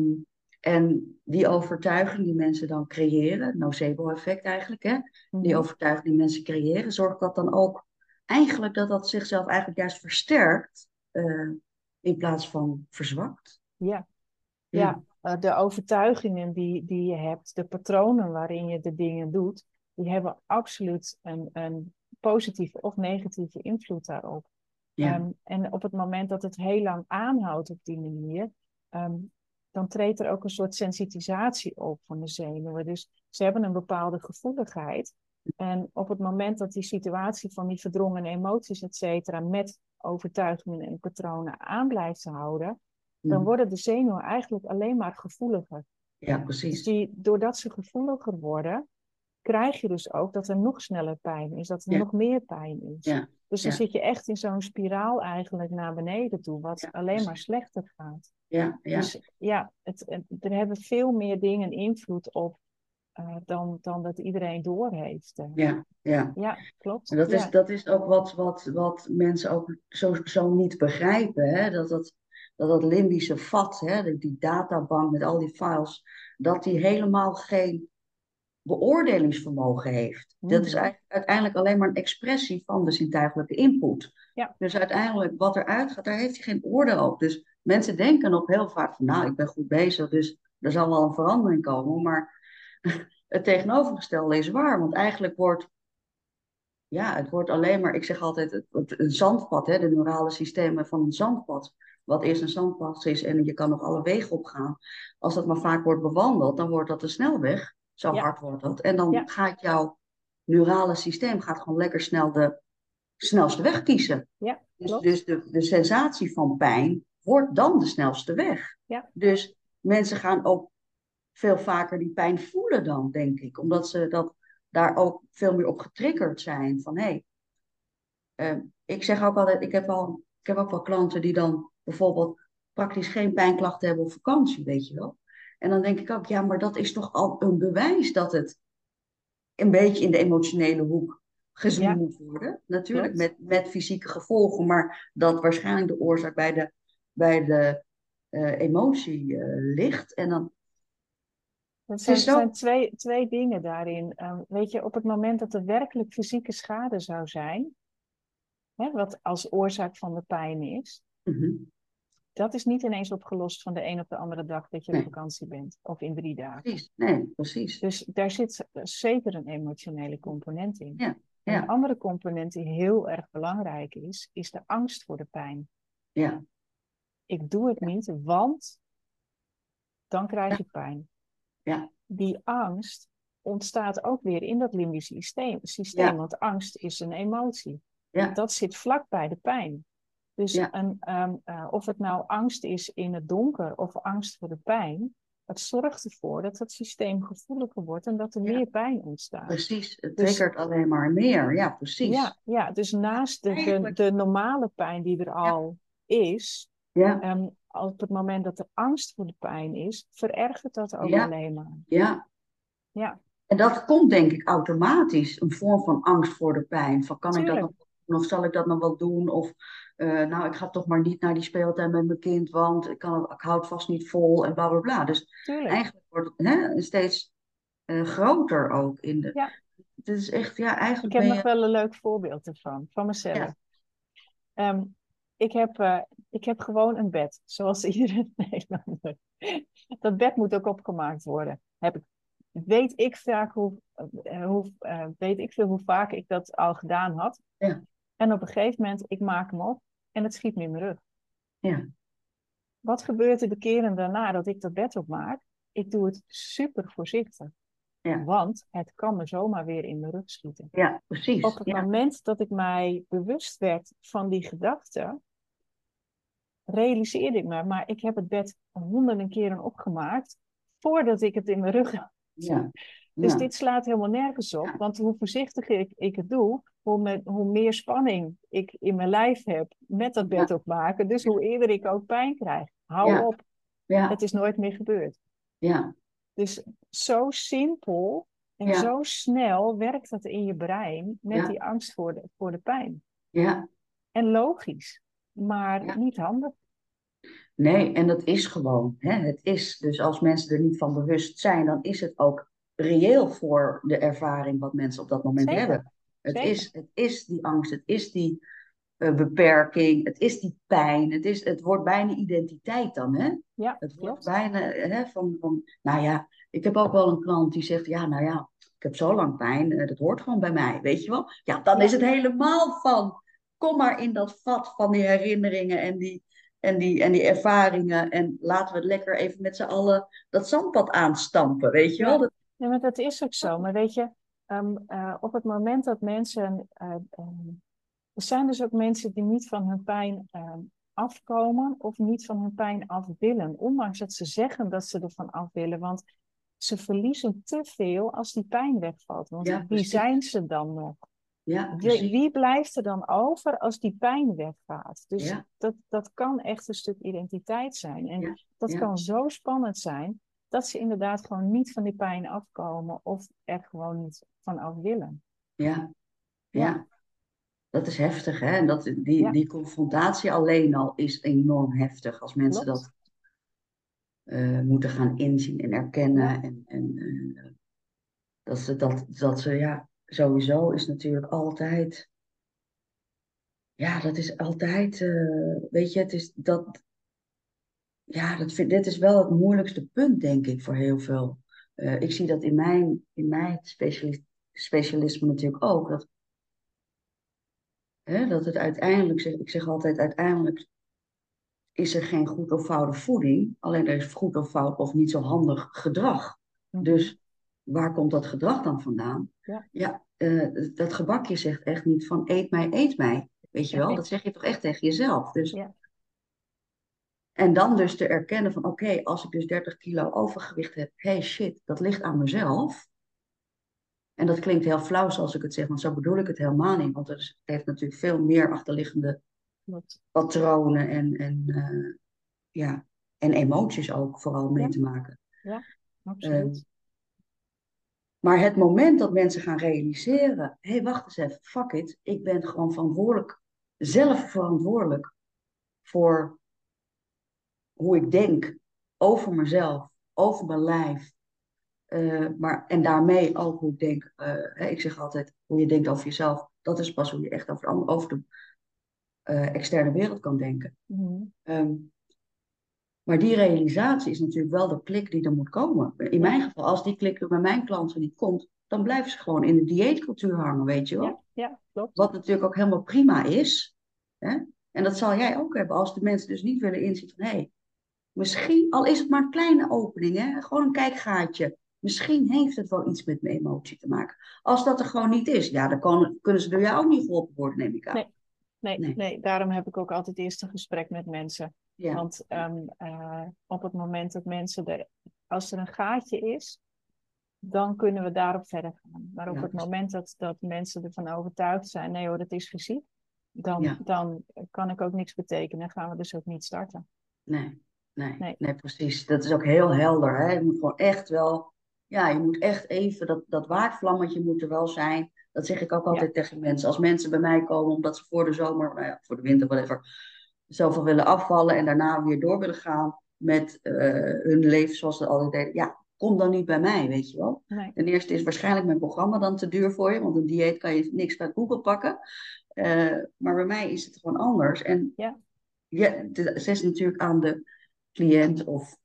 en die overtuiging die mensen dan creëren, het nocebo-effect eigenlijk, hè, die Mm-hmm. overtuiging die mensen creëren, zorgt dat dan ook eigenlijk dat dat zichzelf eigenlijk juist versterkt eh, in plaats van verzwakt. Ja. Ja, Ja, uh, de overtuigingen die, die je hebt, de patronen waarin je de dingen doet, die hebben absoluut een, een positieve of negatieve invloed daarop. ja, Um, en op het moment dat het heel lang aanhoudt op die manier, um, dan treedt er ook een soort sensitisatie op van de zenuwen. Dus ze hebben een bepaalde gevoeligheid. En op het moment dat die situatie van die verdrongen emoties, et cetera, met overtuigingen en patronen aan blijft houden, dan mm, worden de zenuwen eigenlijk alleen maar gevoeliger. ja, Dus precies. die, doordat ze gevoeliger worden, krijg je dus ook dat er nog sneller pijn is, dat er Ja, nog meer pijn is. ja, Dus dan ja, zit je echt in zo'n spiraal eigenlijk naar beneden toe, wat ja, alleen maar precies. slechter gaat. Ja, ja, Dus ja, het, het, er hebben veel meer dingen invloed op uh, dan, dan dat iedereen doorheeft. Uh, ja, ja. ja, En klopt. dat is, Ja, dat is ook wat, wat, wat mensen ook zo, zo niet begrijpen. Hè? Dat, dat, dat dat limbische vat, hè? Die databank met al die files, dat die helemaal geen beoordelingsvermogen heeft. Dat is mm-hmm. eigenlijk uiteindelijk alleen maar een expressie van de zintuigelijke input. Ja, Dus uiteindelijk wat eruit gaat, daar heeft hij geen oordeel op. Dus mensen denken nog heel vaak van, nou, ik ben goed bezig, dus er zal wel een verandering komen. Maar het tegenovergestelde is waar, want eigenlijk wordt ja, het wordt alleen maar, ik zeg altijd, het, het, een zandpad, hè, de neurale systemen van een zandpad. Wat eerst een zandpad is en je kan nog alle wegen opgaan. Als dat maar vaak wordt bewandeld, dan wordt dat de snelweg. Zo ja, hard wordt dat. En dan ja, gaat jouw neurale systeem gaat gewoon lekker snel de snelste weg kiezen. ja, Dus, klopt. dus de, de sensatie van pijn wordt dan de snelste weg. Ja, Dus mensen gaan ook veel vaker die pijn voelen dan, denk ik. Omdat ze dat daar ook veel meer op getriggerd zijn. Van hé, hey, uh, ik zeg ook altijd, ik heb, al, ik heb ook wel klanten die dan bijvoorbeeld praktisch geen pijnklachten hebben op vakantie, weet je wel. En dan denk ik ook, ja, maar dat is toch al een bewijs dat het een beetje in de emotionele hoek gezien ja, moet worden. Natuurlijk klopt. met, met fysieke gevolgen, maar dat waarschijnlijk de oorzaak bij de, bij de uh, emotie uh, ligt. En dan, Er het is zijn, zijn zo. twee, twee dingen daarin. Um, weet je, op het moment dat er werkelijk fysieke schade zou zijn, hè, wat als oorzaak van de pijn is, Mm-hmm. dat is niet ineens opgelost van de een op de andere dag dat je op Nee, vakantie bent, of in drie dagen. precies. Nee, precies. Dus daar zit zeker een emotionele component in. Ja, En een ja, andere component die heel erg belangrijk is, is de angst voor de pijn. ja, Ik doe het ja, niet, want dan krijg ja, je pijn. ja, Die angst ontstaat ook weer in dat limbisch systeem, systeem, ja, want angst is een emotie. ja, Dat zit vlak bij de pijn. Dus ja, een, um, uh, of het nou angst is in het donker of angst voor de pijn, het zorgt ervoor dat het systeem gevoeliger wordt en dat er ja, meer pijn ontstaat. precies. Het Dus triggert alleen maar meer. Ja, ja, precies. ja dus naast de, de, Eigenlijk, de normale pijn die er ja, al is, ja, um, op het moment dat er angst voor de pijn is, verergert dat ook ja, alleen maar. ja. Ja, En dat komt denk ik automatisch, een vorm van angst voor de pijn. Van kan ik dat nog tuurlijk. doen of zal ik dat nog wel doen? Of uh, nou, ik ga toch maar niet naar die speeltuin met mijn kind, want ik, kan, ik houd vast niet vol en bla bla bla. Dus Tuurlijk. eigenlijk wordt het hè, steeds uh, groter ook in de. Ja, het is echt, ja, Ik eigenlijk heb ben nog je... wel een leuk voorbeeld ervan, van mezelf. Ja, Ehm, ik, heb, eh, ik heb gewoon een bed, zoals iedere Nederlander. Dat bed moet ook opgemaakt worden. Heb ik, weet ik vaak hoe, eh, hoe, eh, weet ik veel hoe vaak ik dat al gedaan had. ja, En op een gegeven moment, ik maak hem op en het schiet me in mijn rug. ja, Wat gebeurt er de keren daarna dat ik dat bed opmaak? Ik doe het super voorzichtig, ja, want het kan me zomaar weer in mijn rug schieten. ja, Op precies. het Ja, moment dat ik mij bewust werd van die gedachte, realiseerde ik me, maar ik heb het bed honderden keren opgemaakt voordat ik het in mijn rug had. ja, Dus ja, dit slaat helemaal nergens op, ja, want hoe voorzichtiger ik, ik het doe, hoe, me, hoe meer spanning ik in mijn lijf heb met dat bed ja, opmaken, dus hoe eerder ik ook pijn krijg. Hou ja, op, ja, het is nooit meer gebeurd. ja, Dus zo simpel en ja, zo snel werkt dat in je brein met ja, die angst voor de, voor de pijn. ja, En logisch, maar ja. niet handig. Nee, en dat is gewoon, hè, het is. Dus als mensen er niet van bewust zijn, dan is het ook reëel voor de ervaring wat mensen op dat moment Zeker, hebben. Het zeker. is, het is die angst, het is die eh, beperking, het is die pijn, het is, het wordt bijna identiteit dan, hè? Ja, Het wordt klopt. bijna, hè, van, van, nou ja, ik heb ook wel een klant die zegt, ja, nou ja, ik heb zo lang pijn, eh, dat hoort gewoon bij mij, weet je wel? Ja, dan is Ja, het helemaal van, kom maar in dat vat van die herinneringen en die, en die, en die ervaringen en laten we het lekker even met z'n allen dat zandpad aanstampen, weet je wel? ja. Dat, Ja, maar dat is ook zo. Maar weet je, ehm, eh, op het moment dat mensen. eh, ehm, er zijn dus ook mensen die niet van hun pijn ehm, afkomen of niet van hun pijn af willen. Ondanks dat ze zeggen dat ze ervan af willen. Want ze verliezen te veel als die pijn wegvalt. Want ja, wie zijn precies. ze dan nog? Ja, Wie, precies. wie blijft er dan over als die pijn weggaat? Dus Ja, dat, dat kan echt een stuk identiteit zijn. En ja, dat ja, kan zo spannend zijn dat ze inderdaad gewoon niet van die pijn afkomen of er gewoon niet van af willen. ja, Ja, ja. Dat is heftig, hè? En dat, die, ja, die confrontatie alleen al is enorm heftig als mensen klopt. dat eh, moeten gaan inzien en Ja, erkennen. En, en eh, dat ze, dat, dat ze, ja, sowieso is natuurlijk altijd, ja, dat is altijd, eh, weet je, het is dat, ja, dat vind, dit is wel het moeilijkste punt, denk ik, voor heel veel. Eh, ik zie dat in mijn, in mijn speciali- specialisme natuurlijk ook, dat, hè, dat het uiteindelijk, zeg, ik zeg altijd, uiteindelijk is er geen goed of foute voeding, alleen er is goed of fout of niet zo handig gedrag. mhm, Dus waar komt dat gedrag dan vandaan? ja, Ja, eh, dat gebakje zegt echt niet van eet mij, eet mij. Weet je wel, dat zeg je toch echt tegen jezelf. Dus, ja, en dan dus te erkennen van oké, als ik dus dertig kilo overgewicht heb, hey shit, dat ligt aan mezelf. En dat klinkt heel flauw zoals ik het zeg, want zo bedoel ik het helemaal niet. Want er is- het heeft natuurlijk veel meer achterliggende klopt. patronen en, en eh, ja, en emoties ook vooral mee Ja, te maken. ja, Ehm, absoluut. maar het moment dat mensen gaan realiseren, hé, hey, wacht eens even, fuck it, ik ben gewoon verantwoordelijk, zelf verantwoordelijk voor hoe ik denk over mezelf, over mijn lijf, eh, maar, en daarmee ook hoe ik denk, eh, hè, ik zeg altijd, hoe je denkt over jezelf, dat is pas hoe je echt over de, ander- over de eh, externe wereld kan denken. Mhm, Ehm, Maar die realisatie is natuurlijk wel de klik die er moet komen. In ja, mijn geval, als die klik er bij mijn klanten niet komt, dan blijven ze gewoon in de dieetcultuur hangen, weet je ja, wel. ja, klopt. Wat natuurlijk ook helemaal prima is. Hè? En dat zal jij ook hebben als de mensen dus niet willen inzien van, hé, hey, misschien, al is het maar een kleine opening, hè? Gewoon een kijkgaatje. Misschien heeft het wel iets met mijn emotie te maken. Als dat er gewoon niet is, ja, dan kan, kunnen ze door jou ook niet geholpen worden, neem ik aan. Nee, nee, Nee, nee. Daarom heb ik ook altijd eerst een gesprek met mensen. ja, Want ehm, eh, op het moment dat mensen er, als er een gaatje is, dan kunnen we daarop verder gaan. Maar op ja, het moment dat, dat mensen ervan overtuigd zijn, nee hoor, dat is fysiek, dan, ja. dan kan ik ook niks betekenen. Gaan we dus ook niet starten. Nee, nee, Nee, nee, precies. Dat is ook heel helder. Hè? Je moet gewoon echt wel, ja, je moet echt even, dat, dat waakvlammetje moet er wel zijn. Dat zeg ik ook ja, altijd tegen mensen. Als mensen bij mij komen omdat ze voor de zomer, nou ja, voor de winter, whatever, zoveel willen afvallen en daarna weer door willen gaan met eh, hun leven zoals ze altijd deden. Ja, kom dan niet bij mij, weet je wel. Nee. Ten eerste is waarschijnlijk mijn programma dan te duur voor je, want een dieet kan je niks bij Google pakken. Uh, maar bij mij is het gewoon anders. En ja. Ja, het is natuurlijk aan de cliënt of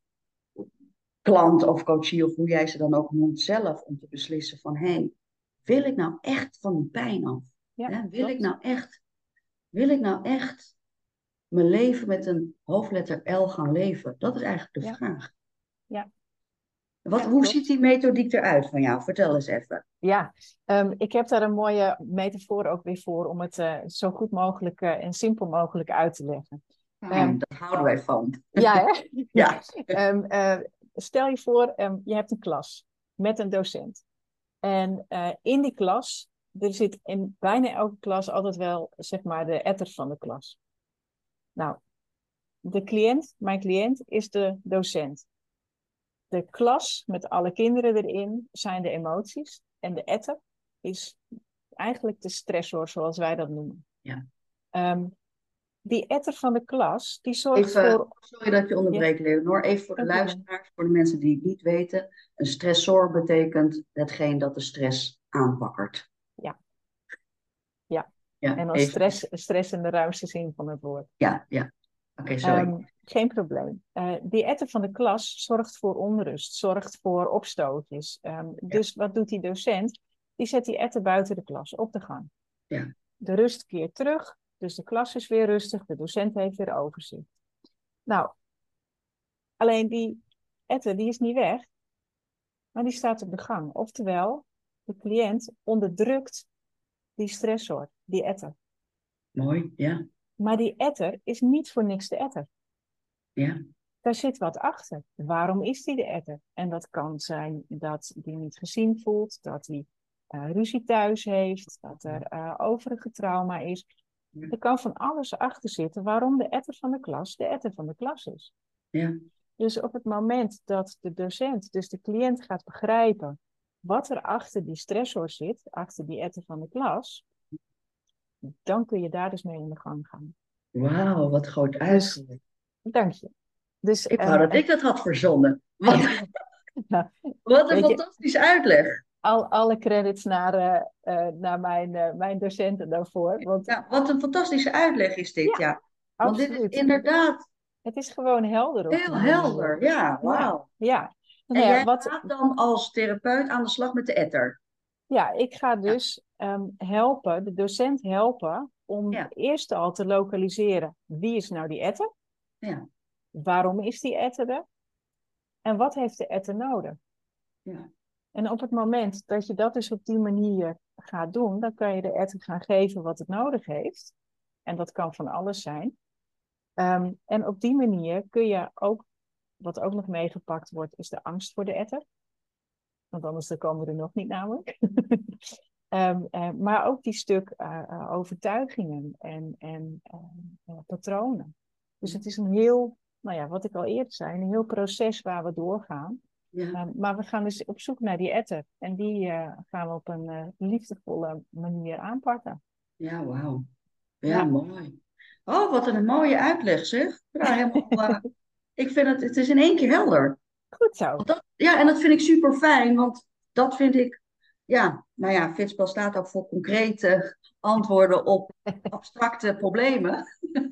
klant of coachie of hoe jij ze dan ook noemt zelf om te beslissen van hé, hey, wil ik nou echt van die pijn af? Ja, Hè? Wil klopt. ik nou echt, wil ik nou echt mijn leven met een hoofdletter L gaan leven? Dat is eigenlijk de ja. vraag. Ja. Wat, ja, hoe klopt. ziet die methodiek eruit van jou? Vertel eens even. Ja, um, ik heb daar een mooie metafoor ook weer voor om het uh, zo goed mogelijk uh, en simpel mogelijk uit te leggen. Fijn, Um, dat houden wij van. Ja, hè? Ja. um, uh, stel je voor, um, je hebt een klas met een docent. En uh, in die klas, er zit in bijna elke klas altijd wel, zeg maar, de etter van de klas. Nou, de cliënt, mijn cliënt, is de docent. De klas met alle kinderen erin zijn de emoties. En de etter is eigenlijk de stressor, zoals wij dat noemen. Ja. Um, die etter van de klas, die zorgt Even, voor... Sorry dat je onderbreekt, ja. Leonor. Even voor de Dank luisteraars, voor de mensen die het niet weten. Een stressor betekent hetgeen dat de stress aanwakkert. Ja. Ja. Ja, en dan even. stress, stress in de ruimste zin van het woord. Ja, ja. Oké, okay, sorry. Um, geen probleem. Uh, die etter van de klas zorgt voor onrust, zorgt voor opstootjes. Um, ja. Dus wat doet die docent? Die zet die etter buiten de klas, op de gang. Ja. De rust keert terug, dus de klas is weer rustig, de docent heeft weer overzicht. Nou, alleen die etter, die is niet weg, maar die staat op de gang. Oftewel, de cliënt onderdrukt die stressor, die etter. Mooi, ja. Maar die etter is niet voor niks de etter. Ja. Daar zit wat achter. Waarom is die de etter? En dat kan zijn dat die niet gezien voelt, dat hij uh, ruzie thuis heeft, dat er uh, overige trauma is. Ja. Er kan van alles achter zitten waarom de etter van de klas de etter van de klas is. Ja. Dus op het moment dat de docent, dus de cliënt gaat begrijpen wat er achter die stressor zit, achter die etter van de klas, dan kun je daar dus mee in de gang gaan. Wauw, wat groot uitgelegd. Dus, dank je. Dus, ik wou um, dat ik dat had verzonnen. Wat, nou, wat een fantastische je, uitleg. Al, alle credits naar, uh, uh, naar mijn, uh, mijn docenten daarvoor. Want, ja, wat een fantastische uitleg is dit, ja. ja. Want absoluut. dit is inderdaad... Het is gewoon helder. Op heel helder, manier. ja, wauw. Ja, ja. En ja, jij wat... gaat dan als therapeut aan de slag met de etter? Ja, ik ga dus ja. um, helpen, de docent helpen, om ja. eerst al te lokaliseren wie is nou die etter? Ja. Waarom is die etter er? En wat heeft de etter nodig? Ja. En op het moment dat je dat dus op die manier gaat doen, dan kan je de etter gaan geven wat het nodig heeft. En dat kan van alles zijn. Um, en op die manier kun je ook, wat ook nog meegepakt wordt, is de angst voor de etter. Want anders dan komen we er nog niet namelijk. um, uh, maar ook die stuk uh, uh, overtuigingen en, en uh, uh, patronen. Dus het is een heel, nou ja, wat ik al eerder zei, een heel proces waar we doorgaan. Ja. Um, maar we gaan dus op zoek naar die etter. En die uh, gaan we op een uh, liefdevolle manier aanpakken. Ja, wauw. Ja, ja, mooi. Oh, wat een mooie uitleg, zeg. Ja, helemaal, uh, ik vind het, het is in één keer helder. Goed zo. Dat, ja, en dat vind ik super fijn, want dat vind ik, ja, nou ja, Fitspel staat ook voor concrete antwoorden op abstracte problemen.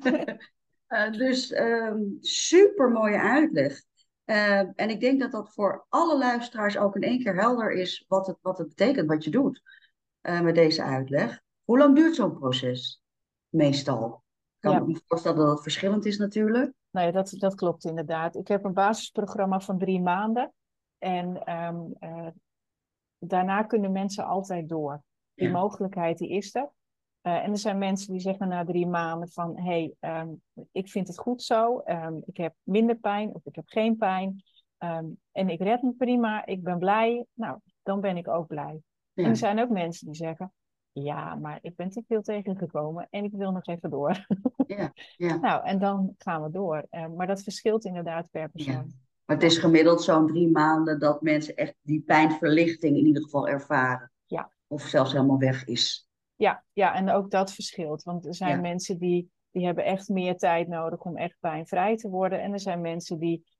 uh, dus um, super mooie uitleg. Uh, en ik denk dat dat voor alle luisteraars ook in één keer helder is wat het, wat het betekent, wat je doet uh, met deze uitleg. Hoe lang duurt zo'n proces? Meestal. Ik kan ja. me voorstellen dat het verschillend is natuurlijk. Nou ja, dat, dat klopt inderdaad. Ik heb een basisprogramma van drie maanden. En um, uh, daarna kunnen mensen altijd door. Die ja. mogelijkheid die is er. Uh, en er zijn mensen die zeggen na drie maanden van... hé, hey, um, ik vind het goed zo. Um, ik heb minder pijn of ik heb geen pijn. Um, en ik red me prima. Ik ben blij. Nou, dan ben ik ook blij. Ja. En er zijn ook mensen die zeggen... ja, maar ik ben te veel tegengekomen en ik wil nog even door. Ja, ja. Nou, en dan gaan we door. Uh, maar dat verschilt inderdaad per persoon. Ja. Maar het is gemiddeld zo'n drie maanden dat mensen echt die pijnverlichting in ieder geval ervaren. Ja. Of zelfs helemaal weg is. Ja, ja, en ook dat verschilt. Want er zijn ja. mensen die, die hebben echt meer tijd nodig om echt pijnvrij te worden. En er zijn mensen die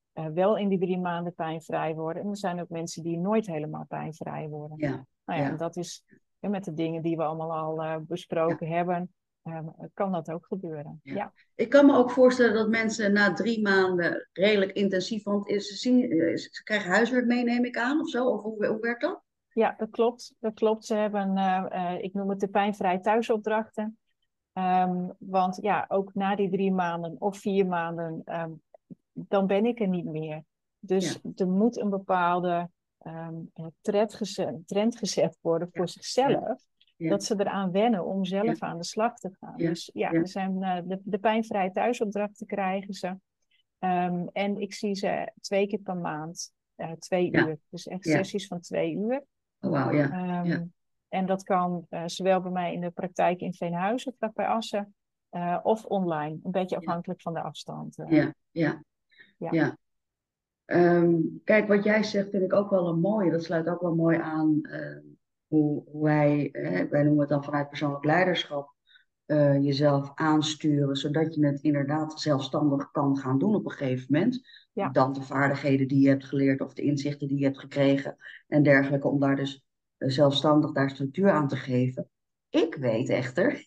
uh, wel in die drie maanden pijnvrij worden. En er zijn ook mensen die nooit helemaal pijnvrij worden. Ja, Nou ja, ja, en dat is ja, met de dingen die we allemaal al uh, besproken ja, hebben, uh, kan dat ook gebeuren. ja. Ja. Ik kan me ook voorstellen dat mensen na drie maanden redelijk intensief, want is, ze, zien, eh, ze krijgen huiswerk mee, neem ik aan, of zo? Of hoe, hoe werkt dat? Ja, dat klopt. Dat klopt. Ze hebben, uh, uh, ik noem het de pijnvrij thuisopdrachten. Um, want ja, ook na die drie maanden of vier maanden, um, dan ben ik er niet meer. Dus Ja, er moet een bepaalde um, trend, gezet, trend gezet worden ja, voor ja, zichzelf. ja, Dat ze eraan wennen om ja, zelf aan de slag te gaan. ja, Dus ja, ja, er zijn uh, de, de pijnvrije thuisopdrachten krijgen ze. Um, en ik zie ze twee keer per maand, uh, twee ja, uur. Dus echt ja. sessies van twee uur. Oh, wauw, ja, ja, Um, en dat kan uh, zowel bij mij in de praktijk in Veenhuizen, vlak bij Assen, uh, of online. Een beetje ja, afhankelijk van de afstand. Uh, ja, ja, ja. ja. Um, kijk, wat jij zegt vind ik ook wel een mooie. Dat sluit ook wel mooi aan uh, hoe, hoe wij, hè, wij noemen het dan vanuit persoonlijk leiderschap, uh, jezelf aansturen, zodat je het inderdaad zelfstandig kan gaan doen op een gegeven moment. Ja. Dan de vaardigheden die je hebt geleerd of de inzichten die je hebt gekregen en dergelijke, om daar dus uh, zelfstandig daar structuur aan te geven. Ik weet echter,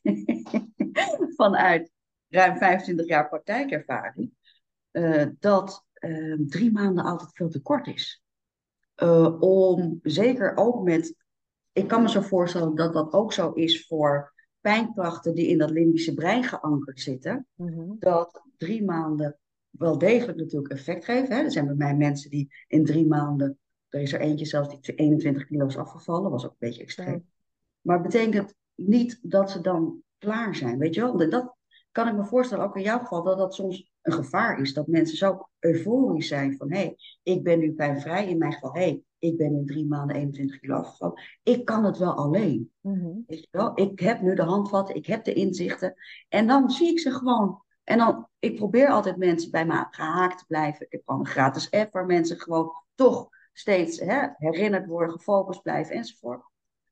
vanuit ruim vijfentwintig jaar praktijkervaring, uh, dat uh, drie maanden altijd veel te kort is. Uh, om zeker ook met, ik kan me zo voorstellen dat dat ook zo is voor pijnklachten die in dat limbische brein geankerd zitten, Mm-hmm. dat drie maanden wel degelijk natuurlijk effect geven. Hè. Er zijn bij mij mensen die in drie maanden, er is er eentje zelfs die eenentwintig kilo is afgevallen, was ook een beetje extreem. Zo. Maar het betekent niet dat ze dan klaar zijn, weet je wel? Dat kan ik me voorstellen, ook in jouw geval, dat dat soms een gevaar is. Dat mensen zo euforisch zijn van, hé, hey, ik ben nu pijnvrij. In mijn geval, hé, hey, ik ben in drie maanden eenentwintig kilo afgevallen. Ik kan het wel alleen. Mm-hmm. Weet je wel? Ik heb nu de handvatten, ik heb de inzichten. En dan zie ik ze gewoon. En dan, ik probeer altijd mensen bij me gehaakt te blijven. Ik heb gewoon een gratis app waar mensen gewoon toch steeds hè, herinnerd worden, gefocust blijven enzovoort.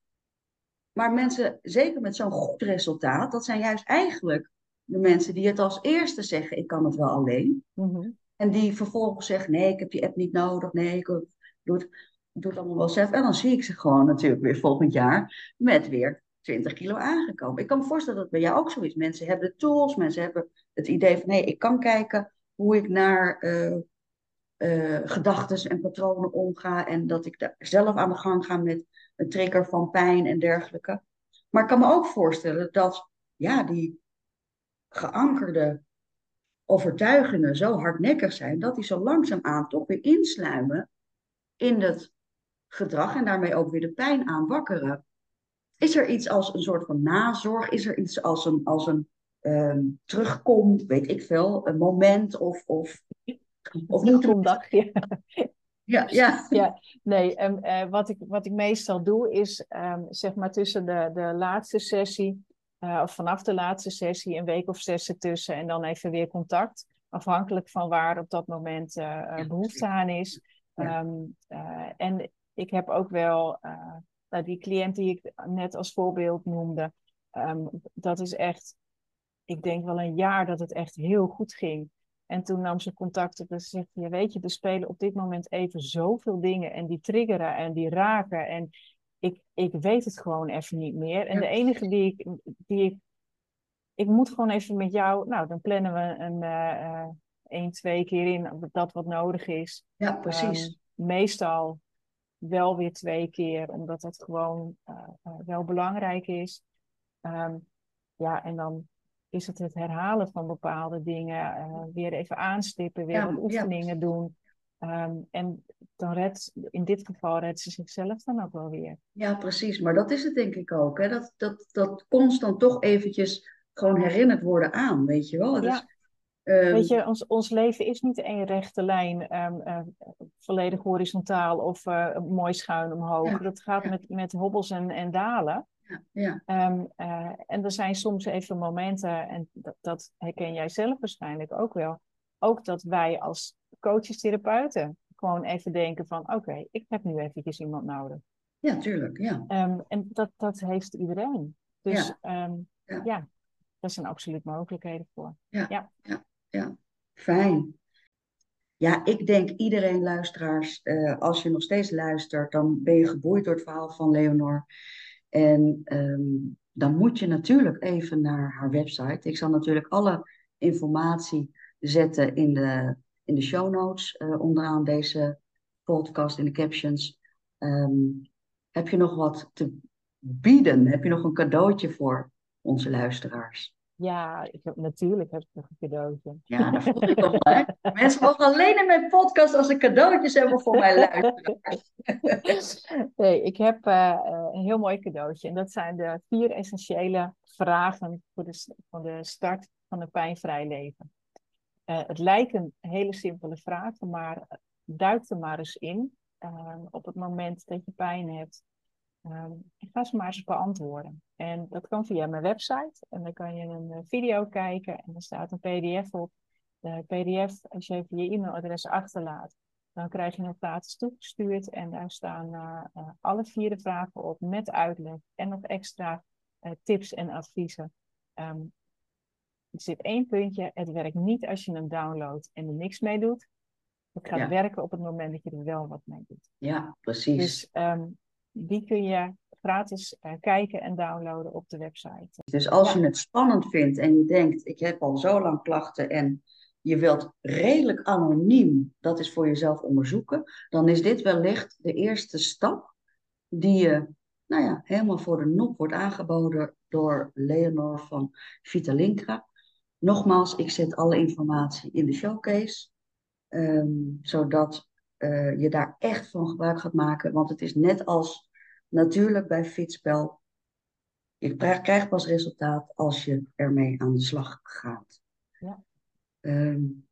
Maar mensen, zeker met zo'n goed resultaat, dat zijn juist eigenlijk de mensen die het als eerste zeggen, ik kan het wel alleen. Mm-hmm. En die vervolgens zeggen, nee, ik heb die app niet nodig. Nee, ik doe het, ik doe het allemaal wel zelf. En dan zie ik ze gewoon natuurlijk weer volgend jaar met weer twintig kilo aangekomen. Ik kan me voorstellen dat het bij jou ook zo is. Mensen hebben de tools, mensen hebben het idee van, nee, ik kan kijken hoe ik naar uh, uh, gedachten en patronen omga. En dat ik daar zelf aan de gang ga met een trigger van pijn en dergelijke. Maar ik kan me ook voorstellen dat ja, die geankerde overtuigingen zo hardnekkig zijn, dat die zo langzaamaan toch weer insluimen in het gedrag en daarmee ook weer de pijn aanwakkeren. Is er iets als een soort van nazorg? Is er iets als een, als een um, terugkom, weet ik veel, een moment of... of, of Terugkomdagje. Ja, ja. Ja, nee, um, uh, wat, ik, wat ik meestal doe is, um, zeg maar tussen de, de laatste sessie, uh, of vanaf de laatste sessie, een week of zes ertussen en dan even weer contact. Afhankelijk van waar op dat moment uh, Ja, behoefte aan is. ja. Um, uh, en ik heb ook wel, uh, nou, die cliënt die ik net als voorbeeld noemde, um, dat is echt, ik denk wel een jaar dat het echt heel goed ging. En toen nam ze contact op en ze zegt, ja, weet je, er spelen op dit moment even zoveel dingen en die triggeren en die raken en ik, ik weet het gewoon even niet meer. En Ja, de enige die ik, die ik, ik moet gewoon even met jou, nou, dan plannen we een uh, uh, één, twee keer in dat wat nodig is. ja, Um, precies. meestal wel weer twee keer, omdat dat gewoon uh, uh, wel belangrijk is. Um, ja, en dan is het het herhalen van bepaalde dingen, uh, weer even aanstippen, weer wat Ja, ja, oefeningen doen. Um, en dan redt, in dit geval redt ze zichzelf dan ook wel weer. ja, precies. Maar dat is het denk ik ook. Hè? Dat, dat, dat constant toch eventjes gewoon herinnerd worden aan, weet je wel. Ja, Dus, um, weet je, ons, ons leven is niet één rechte lijn, um, uh, volledig horizontaal of uh, mooi schuin omhoog. ja, Dat gaat ja, met, met hobbels en, en dalen. ja, ja, Um, uh, en er zijn soms even momenten, en dat, dat herken jij zelf waarschijnlijk ook wel, ook dat wij als coaches, therapeuten, gewoon even denken van, oké, okay, ik heb nu eventjes iemand nodig. ja, tuurlijk, ja, Um, en dat, dat heeft iedereen. Dus ja, um, ja, ja, daar zijn absoluut mogelijkheden voor. ja, Ja. ja, ja. Fijn. ja, ik denk iedereen luisteraars, uh, als je nog steeds luistert, dan ben je geboeid door het verhaal van Leonor. En um, dan moet je natuurlijk even naar haar website. Ik zal natuurlijk alle informatie zetten in de, in de show notes, uh, onderaan deze podcast, in de captions. Um, heb je nog wat te bieden? Heb je nog een cadeautje voor onze luisteraars? Ja, ik heb, natuurlijk heb ik nog een cadeautje. Ja, dat voel ik toch wel, hè? Mensen mogen alleen in mijn podcast als ze cadeautjes hebben voor mijn luisteraars. Nee, ik heb uh, een heel mooi cadeautje. En dat zijn de vier essentiële vragen voor de, voor de start van een pijnvrij leven. Uh, het lijken hele simpele vragen, maar duik er maar eens in. Uh, op het moment dat je pijn hebt, Um, ik ga ze maar eens beantwoorden. En dat kan via mijn website. En dan kan je een video kijken en er staat een pdf op. De pdf, als je even je e-mailadres achterlaat, dan krijg je een gratis toegestuurd. En daar staan uh, uh, alle vier de vragen op met uitleg en nog extra uh, tips en adviezen. Um, er zit één puntje. Het werkt niet als je hem downloadt en er niks mee doet. Het gaat ja. werken op het moment dat je er wel wat mee doet. Ja, precies. Dus um, die kun je gratis uh, kijken en downloaden op de website. Dus als ja. je het spannend vindt en je denkt, ik heb al zo lang klachten en je wilt redelijk anoniem dat is voor jezelf onderzoeken, dan is dit wellicht de eerste stap die je nou ja, helemaal voor de nop wordt aangeboden door Leonor van Vitalinkra. Nogmaals, ik zet alle informatie in de showcase, um, zodat uh, je daar echt van gebruik gaat maken, want het is net als natuurlijk bij Fitspel. Je krijgt pas resultaat als je ermee aan de slag gaat. Ja. Um,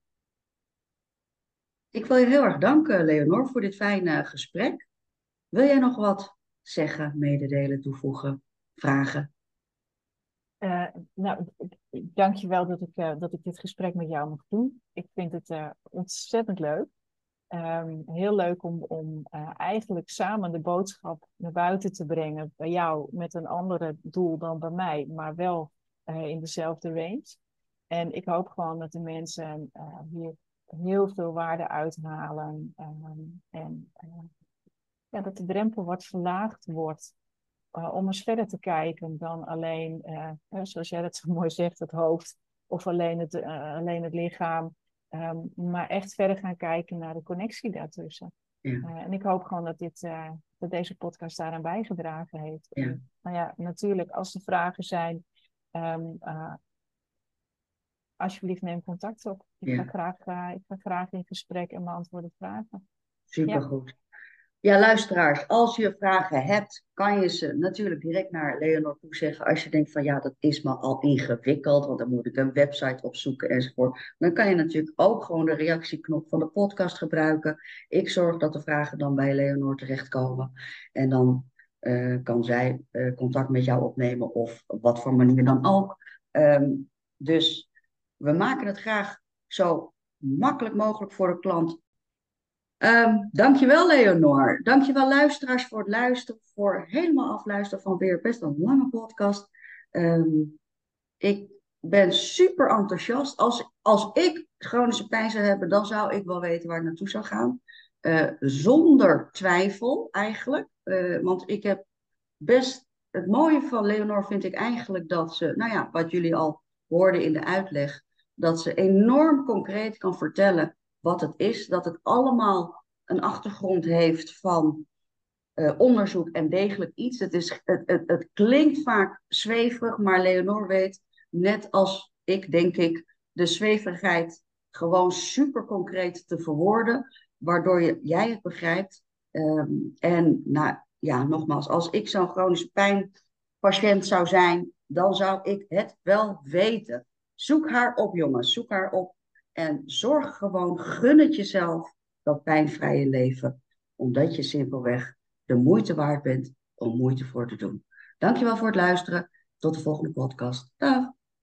ik wil je heel erg danken, Leonor, voor dit fijne gesprek. Wil jij nog wat zeggen, mededelen, toevoegen, vragen? Uh, nou, dank je wel dat ik, uh, dat ik dit gesprek met jou mag doen. Ik vind het uh, ontzettend leuk. Um, heel leuk om, om uh, eigenlijk samen de boodschap naar buiten te brengen bij jou met een andere doel dan bij mij, maar wel uh, in dezelfde range. En ik hoop gewoon dat de mensen uh, hier heel veel waarde uithalen um, en uh, ja, dat de drempel wat verlaagd wordt uh, om eens verder te kijken dan alleen, uh, zoals jij dat zo mooi zegt, het hoofd of alleen het, uh, alleen het lichaam. Um, maar echt verder gaan kijken naar de connectie daartussen. Ja. Uh, en ik hoop gewoon dat, dit, uh, dat deze podcast daaraan bijgedragen heeft. Ja. En, nou ja, natuurlijk, als er vragen zijn, um, uh, alsjeblieft neem contact op. Ik, ja. ga graag, uh, ik ga graag in gesprek en beantwoord de vragen. Supergoed. Ja. Ja, luisteraars, als je vragen hebt, kan je ze natuurlijk direct naar Leonor toe zeggen. Als je denkt van ja, dat is me al ingewikkeld, want dan moet ik een website opzoeken enzovoort. Dan kan je natuurlijk ook gewoon de reactieknop van de podcast gebruiken. Ik zorg dat de vragen dan bij Leonor terechtkomen. En dan uh, kan zij uh, contact met jou opnemen of op wat voor manier dan ook. Um, dus we maken het graag zo makkelijk mogelijk voor de klant. Um, dankjewel Leonor. Dankjewel luisteraars voor het luisteren, voor helemaal afluisteren van weer best een lange podcast. Um, ik ben super enthousiast. Als, als ik chronische pijn zou hebben, dan zou ik wel weten waar ik naartoe zou gaan. Uh, zonder twijfel eigenlijk. Uh, want ik heb best, het mooie van Leonor vind ik eigenlijk dat ze, nou ja, wat jullie al hoorden in de uitleg, dat ze enorm concreet kan vertellen wat het is, dat het allemaal een achtergrond heeft van uh, onderzoek en degelijk iets. Het, is, het, het, het klinkt vaak zweverig, maar Leonor weet, net als ik, denk ik, de zweverigheid gewoon super concreet te verwoorden, waardoor je, jij het begrijpt. Um, en nou ja, nogmaals, als ik zo'n chronische pijnpatiënt zou zijn, dan zou ik het wel weten. Zoek haar op, jongens, zoek haar op. En zorg gewoon, gun het jezelf, dat pijnvrije leven. Omdat je simpelweg de moeite waard bent om moeite voor te doen. Dankjewel voor het luisteren. Tot de volgende podcast. Dag.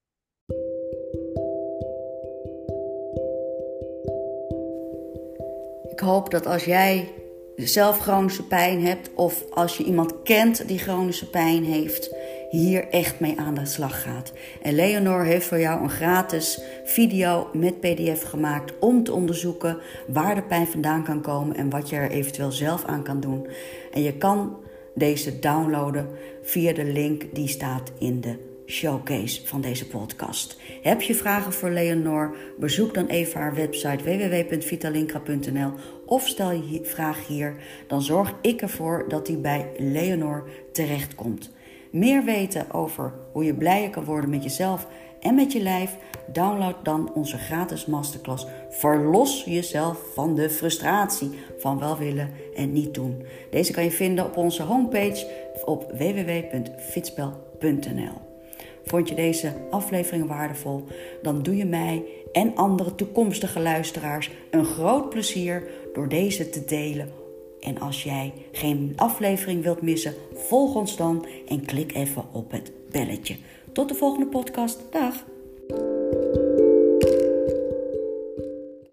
Ik hoop dat als jij zelf chronische pijn hebt of als je iemand kent die chronische pijn heeft, hier echt mee aan de slag gaat. En Leonor heeft voor jou een gratis video met P D F gemaakt om te onderzoeken waar de pijn vandaan kan komen en wat je er eventueel zelf aan kan doen. En je kan deze downloaden via de link die staat in de showcase van deze podcast. Heb je vragen voor Leonor? Bezoek dan even haar website w w w punt vitalinkra punt n l of stel je vraag hier. Dan zorg ik ervoor dat die bij Leonor terechtkomt. Meer weten over hoe je blijer kan worden met jezelf en met je lijf? Download dan onze gratis masterclass Verlos jezelf van de frustratie van wel willen en niet doen. Deze kan je vinden op onze homepage op w w w punt fitspel punt n l. Vond je deze aflevering waardevol? Dan doe je mij en andere toekomstige luisteraars een groot plezier door deze te delen. En als jij geen aflevering wilt missen, volg ons dan en klik even op het belletje. Tot de volgende podcast. Dag!